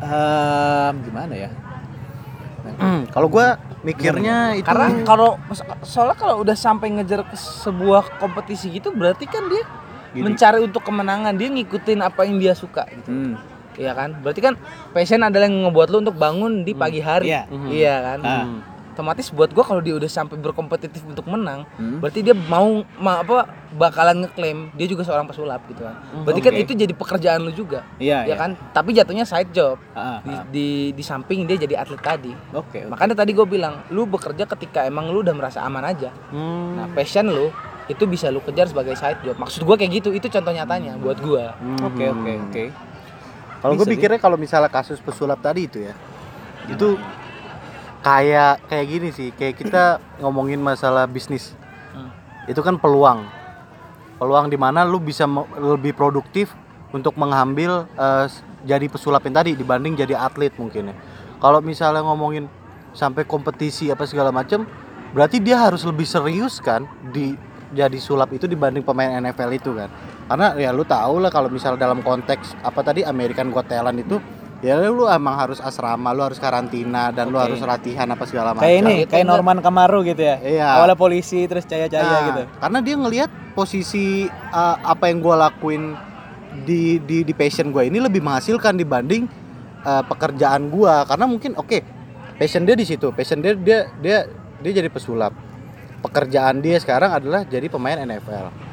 Gimana ya? Kalau gua mikirnya itu Karena soalnya kalau udah sampai ngejar ke sebuah kompetisi gitu, berarti kan dia mencari untuk kemenangan, dia ngikutin apa yang dia suka gitu. Iya kan? Berarti kan passion adalah yang ngebuat lu untuk bangun di pagi hari. Iya. Iya kan? Otomatis buat gua kalau dia udah sampai berkompetitif untuk menang, berarti dia bakalan ngeklaim dia juga seorang pesulap gitu kan. Berarti kan itu jadi pekerjaan lu juga. Iya, ya kan? Tapi jatuhnya side job. Ah, Di samping dia jadi atlet tadi. Oke. Makanya tadi gue bilang, lu bekerja ketika emang lu udah merasa aman aja. Nah, passion lu itu bisa lu kejar sebagai side job. Maksud gue kayak gitu, itu contoh nyatanya buat gue. Oke. Kalau gue Bisa pikirnya kalau misalnya kasus pesulap tadi itu ya, itu kayak gini sih, kayak kita ngomongin masalah bisnis. Itu kan peluang di mana lu bisa lebih produktif untuk mengambil jadi pesulap yang tadi dibanding jadi atlet mungkin ya. Kalau misalnya ngomongin sampai kompetisi apa segala macam, berarti dia harus lebih serius kan di jadi sulap itu dibanding pemain NFL itu kan. Karena ya lu tahu lah kalau misalnya dalam konteks apa tadi American Got Talent itu ya lu emang harus asrama, lu harus karantina dan lu harus latihan apa segala macam. Kayak ini, kayak Norman Kamaru gitu ya. Iya. Awalnya polisi terus caya-caya gitu. Karena dia ngelihat posisi apa yang gue lakuin di passion gue ini lebih menghasilkan dibanding pekerjaan gue. Karena mungkin passion dia di situ, passion dia jadi pesulap. Pekerjaan dia sekarang adalah jadi pemain NFL.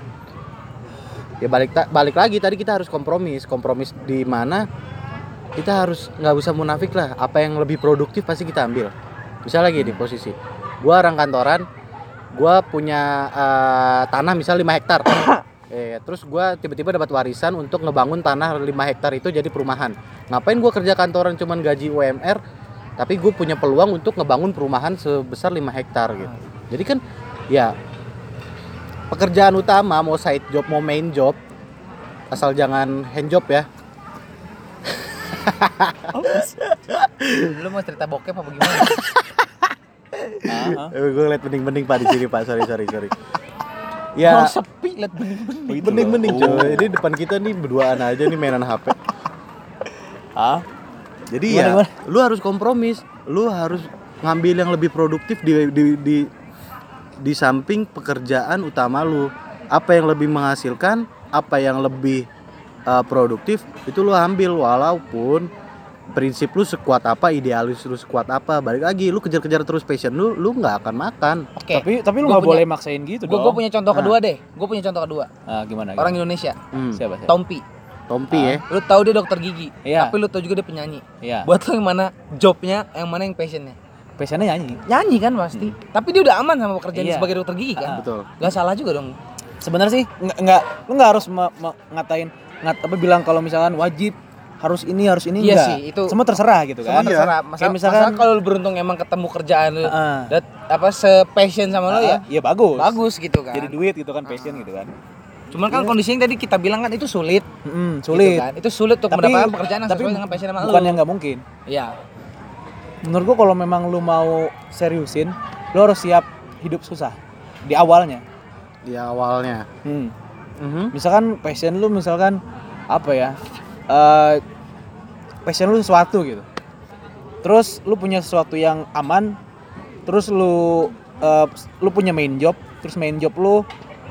Ya balik lagi tadi kita harus kompromis di mana kita harus nggak usah munafik lah, apa yang lebih produktif pasti kita ambil. Misalnya lagi di posisi gua orang kantoran, gua punya tanah misal 5 hektar. Terus gua tiba-tiba dapat warisan untuk ngebangun tanah 5 hektar itu jadi perumahan. Ngapain gua kerja kantoran cuman gaji UMR, tapi gue punya peluang untuk ngebangun perumahan sebesar 5 hektar gitu. Jadi kan ya pekerjaan utama mau side job mau main job asal jangan hand job ya. Lu mau cerita bokep apa gimana? Gue liat bening-bening Pak di sini Pak, sorry. Ya sepi, liat bening-bening. bening-bening coy. Ini depan kita nih berduaan aja nih mainan HP. Jadi Gimana? Lu harus kompromis, lu harus ngambil yang lebih produktif di samping pekerjaan utama lu. Apa yang lebih menghasilkan, apa yang lebih produktif itu lu ambil, walaupun prinsip lu sekuat apa, idealis lu sekuat apa, balik lagi lu kejar-kejar terus passion lu nggak akan makan. Oke. Tapi lu Gua nggak boleh maksain gitu dong. Gue punya contoh kedua deh. Gue punya contoh kedua. Gimana? Orang Indonesia, Siapa? Tompi. Ya. Lu tahu dia dokter gigi, Iya. tapi lu tahu juga dia penyanyi. Iya. Buat lo yang mana jobnya, yang mana yang passionnya? Passionnya nyanyi. Nyanyi kan pasti. Tapi dia udah aman sama pekerjaan Iya. sebagai dokter gigi kan. Betul. Gak salah juga dong. Sebenarnya sih lu nggak harus bilang kalau misalkan wajib harus ini Iya enggak. sih, itu semua terserah gitu Semua kan. terserah. Kayak misalkan kalau lu beruntung emang ketemu kerjaan lu Heeh. dan se-passion sama lo ya. Iya bagus. Bagus gitu kan. Jadi duit gitu kan, passion gitu kan. Cuman kan kondisinya yang tadi kita bilang kan itu sulit. Sulit. Gitu kan. Itu sulit untuk mendapatkan pekerjaan yang sesuai dengan passion sama lu. Bukan yang nggak mungkin. Iya. Menurut gua kalau memang lu mau seriusin, lu harus siap hidup susah di awalnya. Di awalnya. Misalkan passion lu apa ya? Passion lu sesuatu gitu. Terus lu punya sesuatu yang aman, terus lu punya main job, terus main job lu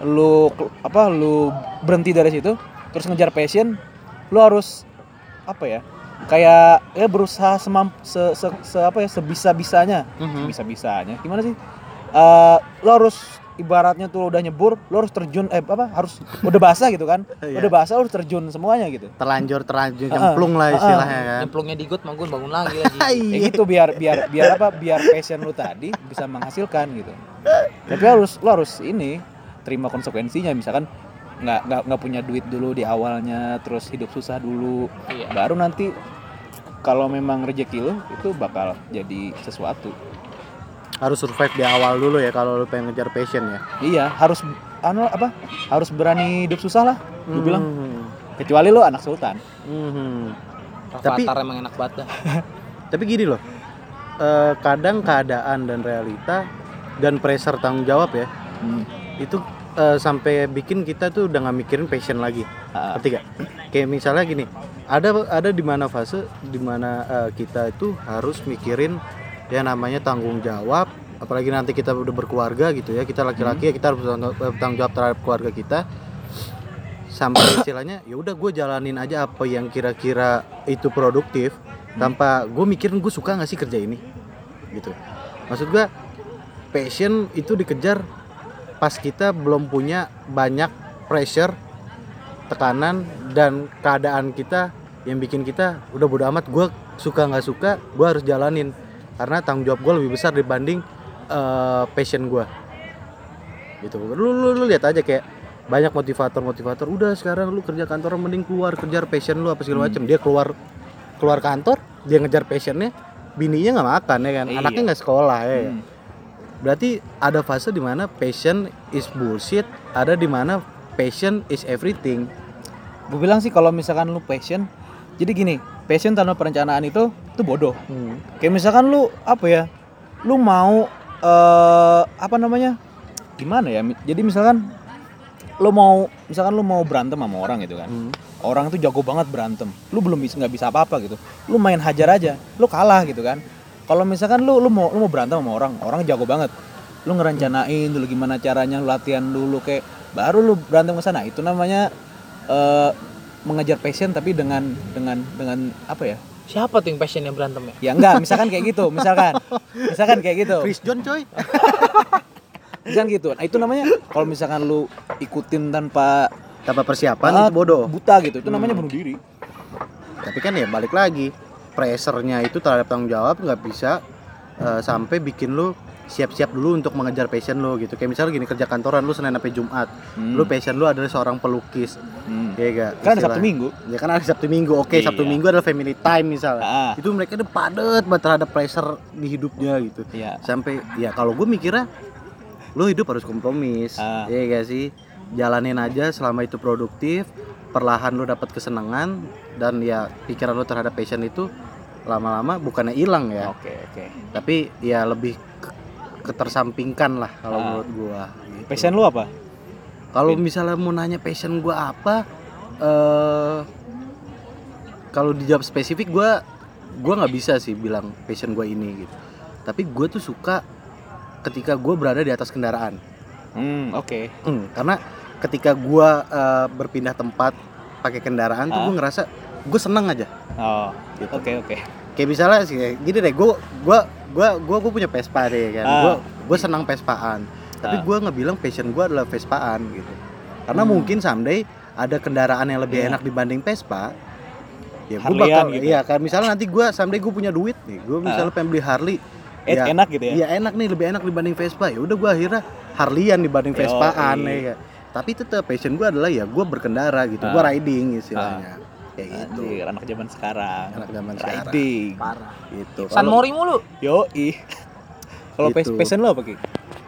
berhenti dari situ, terus ngejar passion, lu harus apa ya? Kayak ya berusaha sebisa-bisanya. Sebisa-bisanya. Gimana sih? Lu harus ibaratnya tuh udah nyebur, lu harus terjun harus udah basah gitu kan. Udah basah lu harus terjun semuanya gitu. Terlanjur nyemplung lah istilahnya kan. Nyemplungnya di got manggun bangun lagi. Kayak gitu biar passion lu tadi bisa menghasilkan gitu. Tapi lu harus terima konsekuensinya, misalkan nggak punya duit dulu di awalnya, terus hidup susah dulu, baru nanti kalau memang rezeki lu itu bakal jadi sesuatu. Harus survive di awal dulu ya kalau lu pengen ngejar passion ya. Iya, harus berani hidup susah lah, gue bilang. Kecuali lu anak sultan. Tapi emang enak banget dah. Tapi gini loh, kadang keadaan dan realita dan pressure tanggung jawab ya, itu sampai bikin kita tuh udah nggak mikirin passion lagi. Ngerti gak? Kayak misalnya gini, ada di mana fase di mana kita itu harus mikirin ya namanya tanggung jawab, apalagi nanti kita udah berkeluarga gitu ya, kita laki-laki ya kita harus tanggung jawab terhadap keluarga kita. Sampai istilahnya ya udah gue jalanin aja apa yang kira-kira itu produktif tanpa gue mikirin gue suka nggak sih kerja ini gitu. Maksud gue passion itu dikejar pas kita belum punya banyak pressure, tekanan dan keadaan kita yang bikin kita udah bodo amat, gue suka nggak suka gue harus jalanin karena tanggung jawab gue lebih besar dibanding passion gue gitu. Lu lihat aja kayak banyak motivator udah sekarang lu kerja kantor mending keluar kejar passion lu apa segala macam. Dia keluar kantor dia ngejar passionnya, bininya nggak makan ya kan, anaknya nggak sekolah ya kan? Berarti ada fase di mana passion is bullshit, ada di mana passion is everything. Gue bilang sih kalau misalkan lu passion, jadi gini, passion tanpa perencanaan itu bodoh. Kayak misalkan lu lu mau gimana ya? Jadi misalkan lu mau berantem sama orang gitu kan. Orang itu jago banget berantem. Lu nggak bisa apa-apa gitu. Lu main hajar aja, lu kalah gitu kan. Kalau misalkan lu mau berantem sama orang jago banget, lu ngerencanain dulu gimana caranya, lu latihan dulu kayak baru lu berantem ke sana. Itu namanya mengejar passion tapi dengan apa ya? Siapa tuh yang passionnya berantem ya? Ya enggak, misalkan kayak gitu, misalkan kayak gitu. Chris John coy. Misalkan gitu. Nah, itu namanya kalau misalkan lu ikutin tanpa persiapan itu bodoh. Buta gitu. Itu namanya bunuh diri. Tapi kan ya balik lagi, pressure-nya itu terhadap tanggung jawab nggak bisa sampai bikin lu siap-siap dulu untuk mengejar passion lu gitu. Kayak misalnya gini, kerja kantoran lu Senin sampai Jumat, lu passion lu adalah seorang pelukis. Ya enggak? Kan ada Sabtu Minggu. Ya kan ada Sabtu Minggu. Oke, Sabtu Minggu adalah family time misalnya. Itu mereka udah padet banget terhadap pressure di hidupnya gitu. Sampai ya kalau gue mikirnya lu hidup harus kompromis. Ya enggak sih? Jalanin aja selama itu produktif, perlahan lu dapat kesenangan dan ya pikiran lu terhadap passion itu lama-lama bukannya hilang ya. Oke. Tapi ya lebih ketersampingkan lah kalau menurut gua. Gitu. Passion lu apa? Kalau misalnya mau nanya passion gua apa, kalau dijawab spesifik gua nggak bisa sih bilang passion gua ini gitu. Tapi gua tuh suka ketika gua berada di atas kendaraan. Oke. Karena ketika gua berpindah tempat pakai kendaraan tuh gua ngerasa gua seneng aja. Gitu. Oke. Kayak misalnya sih gini deh, gua punya Vespa deh kan. Gua senang Vespaan. Tapi gue nggak bilang passion gue adalah Vespaan gitu, karena mungkin someday ada kendaraan yang lebih enak dibanding Vespa, ya gue bakal gitu. Iya kan misalnya nanti someday gue punya duit nih, gue misalnya pengen beli Harley, ya, enak gitu ya? Iya enak nih, lebih enak dibanding Vespa, ya udah gue akhirnya Harleyan dibanding Vespaan ya. Tapi tetap passion gue adalah ya gue berkendara gitu, gue riding istilahnya. Kayak gitu. Anak zaman sekarang. Riding. Parah. Gitu. San Mori mulu. Yoi. Kalau gitu. passion lo apa Ki?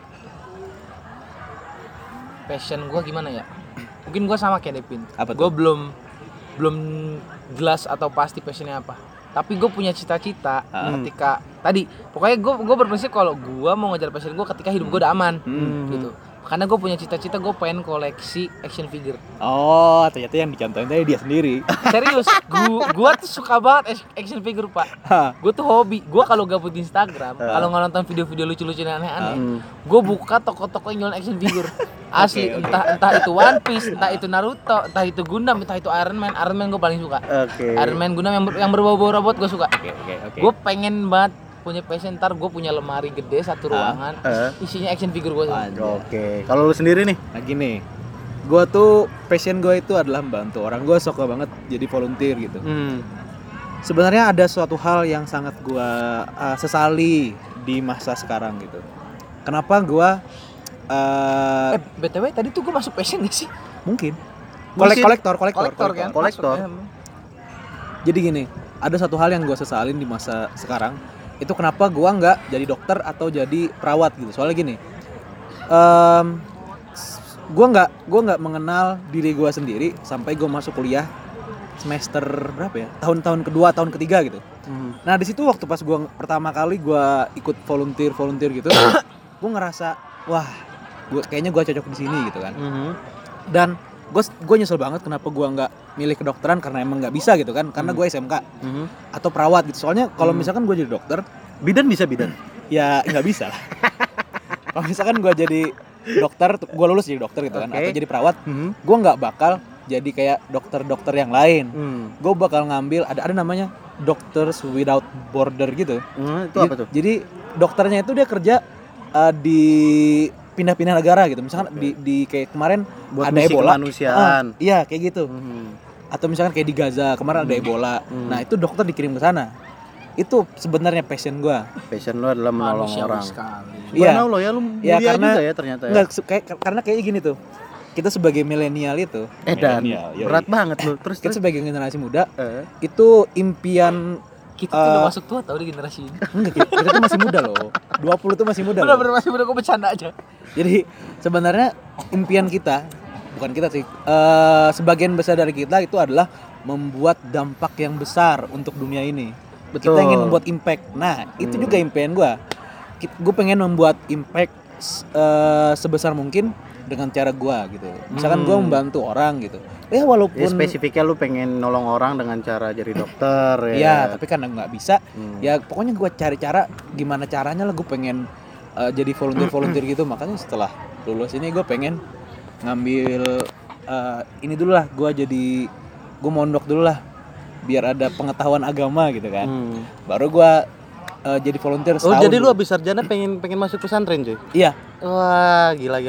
Passion gue gimana ya? Mungkin gue sama kayak Devin. Gue belum jelas atau pasti passionnya apa. Tapi gue punya cita-cita ketika tadi. Pokoknya gue berprinsip kalau gue mau ngejar passion gue ketika hidup gue udah aman, gitu. Karena gue punya cita-cita gue pengen koleksi action figure. Oh, ternyata yang dicontohin tadi dia sendiri. Serius, gue tuh suka banget action figure pak. Gue tuh hobi. Gue kalau gabut di Instagram, kalau nggak nonton video-video lucu-lucu dan aneh-aneh, gue buka toko-toko yang jualan action figure. Asli, entah itu One Piece, entah itu Naruto, entah itu Gundam, entah itu Iron Man. Iron Man gue paling suka. Iron Man, Gundam yang berbau-bau robot gue suka. Gue pengen banget punya passion, ntar gue punya lemari gede satu ruangan isinya action figure gue. Oke. Kalau lu sendiri nih? Nah gini, gue tuh passion gue itu adalah membantu orang. Gue suka banget jadi volunteer gitu. Sebenarnya ada suatu hal yang sangat gue sesali di masa sekarang gitu. Kenapa gue BTW tadi tuh gue masuk passion gak sih? mungkin kolektor kan? Kolektor. Jadi gini, ada satu hal yang gue sesalin di masa sekarang. Itu kenapa gue nggak jadi dokter atau jadi perawat gitu. Soalnya gini, gue nggak mengenal diri gue sendiri sampai gue masuk kuliah semester berapa ya, tahun kedua tahun ketiga gitu. Nah di situ waktu pas gue pertama kali gue ikut volunteer gitu, gue ngerasa wah kayaknya gue cocok di sini gitu kan. Dan gue nyesel banget kenapa gue nggak milih kedokteran, karena emang nggak bisa gitu kan, karena gue SMK atau perawat gitu. Soalnya kalau misalkan gue jadi dokter, bidan ya nggak bisa lah. Kalau misalkan gue jadi dokter, gue lulus jadi dokter gitu kan, atau jadi perawat, gue nggak bakal jadi kayak dokter yang lain. Gue bakal ngambil ada namanya Doctors Without Border gitu. Itu apa tuh? Jadi dokternya itu dia kerja di pindah-pindah negara gitu. Misalkan di kayak kemarin buat ada Ebola. Kemanusiaan. Iya kayak gitu. Atau misalkan kayak di Gaza kemarin ada Ebola. Nah itu dokter dikirim ke sana. Itu sebenarnya passion gue. Passion lu adalah menolong orang. Iya. Lo ya, lu Ya, mulia karena, juga ya ternyata ya. Enggak, karena kayak gini tuh. Kita sebagai milenial itu, Dan berat banget lu. Terus kita sebagai generasi muda, itu impian kita tuh udah masuk tua tau di generasi ini. Enggak, kita tuh masih muda loh. 20 tuh masih muda. Bener-bener masih muda, gue bercanda aja. Jadi sebenarnya impian kita, bukan kita sih, sebagian besar dari kita itu adalah membuat dampak yang besar untuk dunia ini. Betul. Kita ingin membuat impact. Nah, itu juga impian gue. Gue pengen membuat impact sebesar mungkin dengan cara gue gitu. Misalkan gue membantu orang gitu. Ya walaupun ya, spesifiknya lu pengen nolong orang dengan cara jadi dokter ya. Ya, tapi karena nggak bisa, ya pokoknya gue cari cara gimana caranya lah gue pengen jadi volunteer gitu. Makanya setelah lulus ini gue pengen ngambil ini dulu lah, gue mondok dulu lah biar ada pengetahuan agama gitu kan. Baru gue jadi volunteer setahun. Oh jadi dulu. lu abis sarjana pengen masuk pesantren cuy? Iya. Wah gila.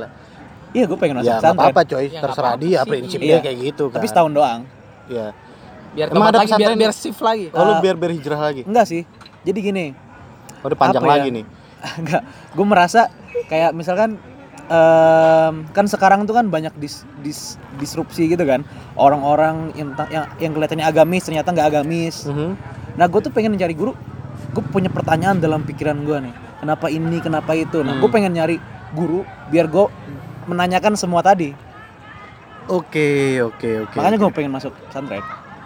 Iya gue pengen masuk Ya pesantren. nggak apa-apa coy, Ya, terserah nggak apa-apa dia sih. prinsipnya Iya. kayak gitu kan. Tapi setahun doang. Iya. Biar Emang ada lagi, pesantren biar shift lagi. Oh lu biar berhijrah lagi? Enggak sih. Jadi gini. Oh udah panjang Apa ya? lagi nih. Enggak. Gue merasa kayak misalkan kan sekarang tuh kan banyak disrupsi gitu kan. Orang-orang yang kelihatannya agamis ternyata nggak agamis. Nah gue tuh pengen mencari guru. Gue punya pertanyaan dalam pikiran gue nih. Kenapa ini, kenapa itu. Nah gue pengen nyari guru biar gue menanyakan semua tadi. Oke. Makanya gue pengen masuk pesantren.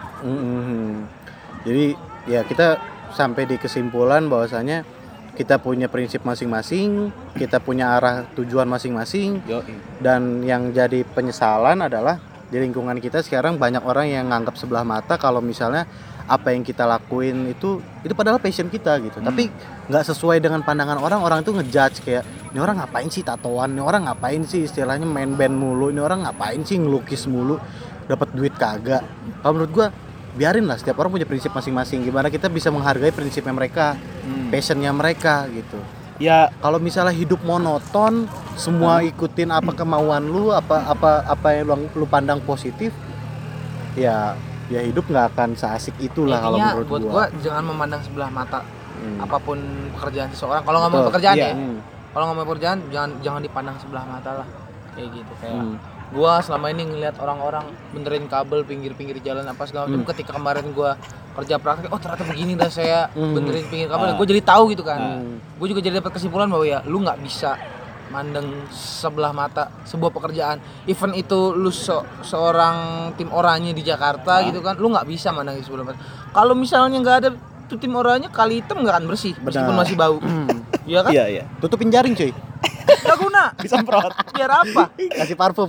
Jadi ya kita sampai di kesimpulan bahwasanya kita punya prinsip masing-masing, kita punya arah tujuan masing-masing. Dan yang jadi penyesalan adalah di lingkungan kita sekarang banyak orang yang nganggap sebelah mata kalau misalnya apa yang kita lakuin itu padahal passion kita gitu. Tapi nggak sesuai dengan pandangan orang tuh ngejudge kayak ini orang ngapain sih tatoan, ini orang ngapain sih istilahnya main band mulu, ini orang ngapain sih ngelukis mulu, dapat duit kagak. Kalau menurut gua biarin lah, setiap orang punya prinsip masing-masing. Gimana kita bisa menghargai prinsipnya mereka, passionnya mereka gitu. Ya kalau misalnya hidup monoton, semua ikutin apa kemauan lu, apa yang lu pandang positif, ya hidup nggak akan seasik itulah kalau menurut buat gua. Jangan memandang sebelah mata apapun pekerjaan seseorang. Kalau nggak mau pekerjaan ya, kalau nggak mau pekerjaan jangan dipandang sebelah mata lah, kayak gitu. Kayak gua selama ini ngelihat orang-orang benerin kabel pinggir-pinggir jalan apa segala macam. Ketika kemarin gua kerja praktek, oh ternyata begini dah saya benerin pinggir kabel. Gue jadi tahu gitu kan. Gue juga jadi dapat kesimpulan bahwa ya lu nggak bisa mandang sebelah mata sebuah pekerjaan. Even itu lu seorang tim oranye di Jakarta gitu kan, lu nggak bisa mandang sebelah mata. Kalau misalnya nggak ada tuh tim oranye, kali hitam nggak akan bersih meskipun masih bau. Iya kan? Iya. Tutupin jaring cuy. Gak guna. disemprot. Biar apa? Kasih parfum.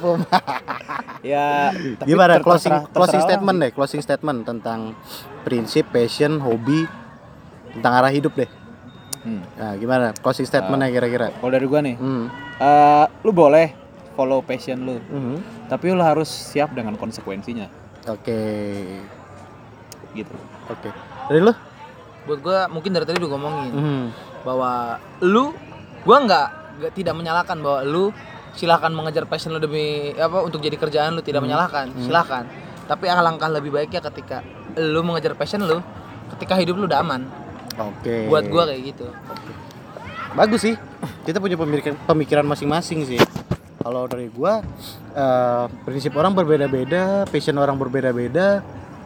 Ya, tapi Gimana terserah closing orang. statement deh, closing statement tentang prinsip, passion, hobi, tentang arah hidup deh. Nah, gimana closing statementnya kira-kira? Kalau dari gua nih, Hmm. lu boleh follow passion lu, Mhm. tapi lu harus siap dengan konsekuensinya, Oke. gitu. Oke. Dari lu? Buat gua mungkin dari tadi udah ngomongin Mhm. bahwa gua nggak tidak menyalahkan bahwa lu silakan mengejar passion lu demi apa untuk jadi kerjaan lu, tidak menyalahkan, silakan. Tapi alangkah lebih baiknya ketika lu mengejar passion lu ketika hidup lu udah aman. Oke. Buat gua kayak gitu. Bagus sih. Kita punya pemikiran masing-masing sih. Kalau dari gua prinsip orang berbeda-beda, passion orang berbeda-beda.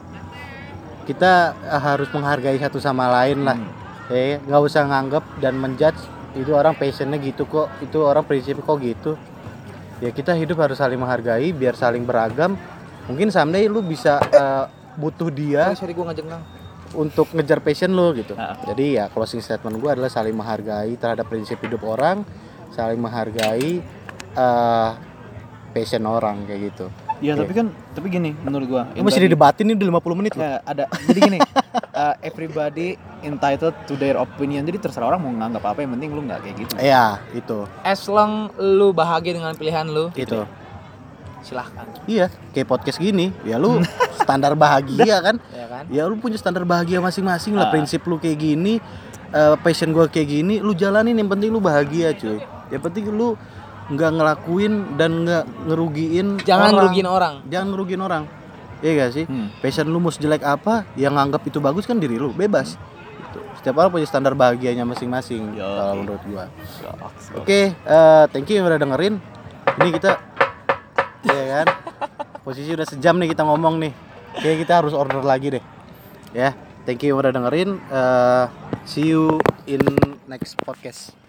Kita harus menghargai satu sama lain lah. Nggak usah nganggap dan menjudge itu orang passionnya gitu kok, itu orang prinsip kok gitu. Ya kita hidup harus saling menghargai biar saling beragam. Mungkin someday lu bisa butuh dia Sorry gua ngajeng Kang. untuk ngejar passion lo gitu. Nah. Jadi ya closing statement gue adalah saling menghargai terhadap prinsip hidup orang, saling menghargai passion orang kayak gitu. Ya Oke. tapi gini menurut gua. Ini masih didebatin nih udah 50 menit loh. Ya, ada. Jadi gini, everybody entitled to their opinion. Jadi terserah orang mau nganggap apa, yang penting lu nggak kayak gitu. Iya, itu. As long lu bahagia dengan pilihan lu, Itu. silahkan. Iya, kayak podcast gini, ya lu standar bahagia kan? Ya kan? Ya lu punya standar bahagia masing-masing lah, prinsip lu kayak gini, passion gua kayak gini, lu jalanin, yang penting lu bahagia, cuy. Yang penting lu nggak ngelakuin dan nggak ngerugiin Jangan orang. ngerugiin orang. Jangan ngerugiin orang. Iya gak sih? Passion lu mau sejelek apa, yang nganggap itu bagus kan diri lu, bebas. Gitu. Setiap orang punya standar bahagianya masing-masing kalau menurut gua. Oke, thank you yang udah dengerin. Ini kita ya kan. Posisi udah sejam nih kita ngomong nih. Kayak kita harus order lagi deh. Ya, thank you yang udah dengerin. See you in next podcast.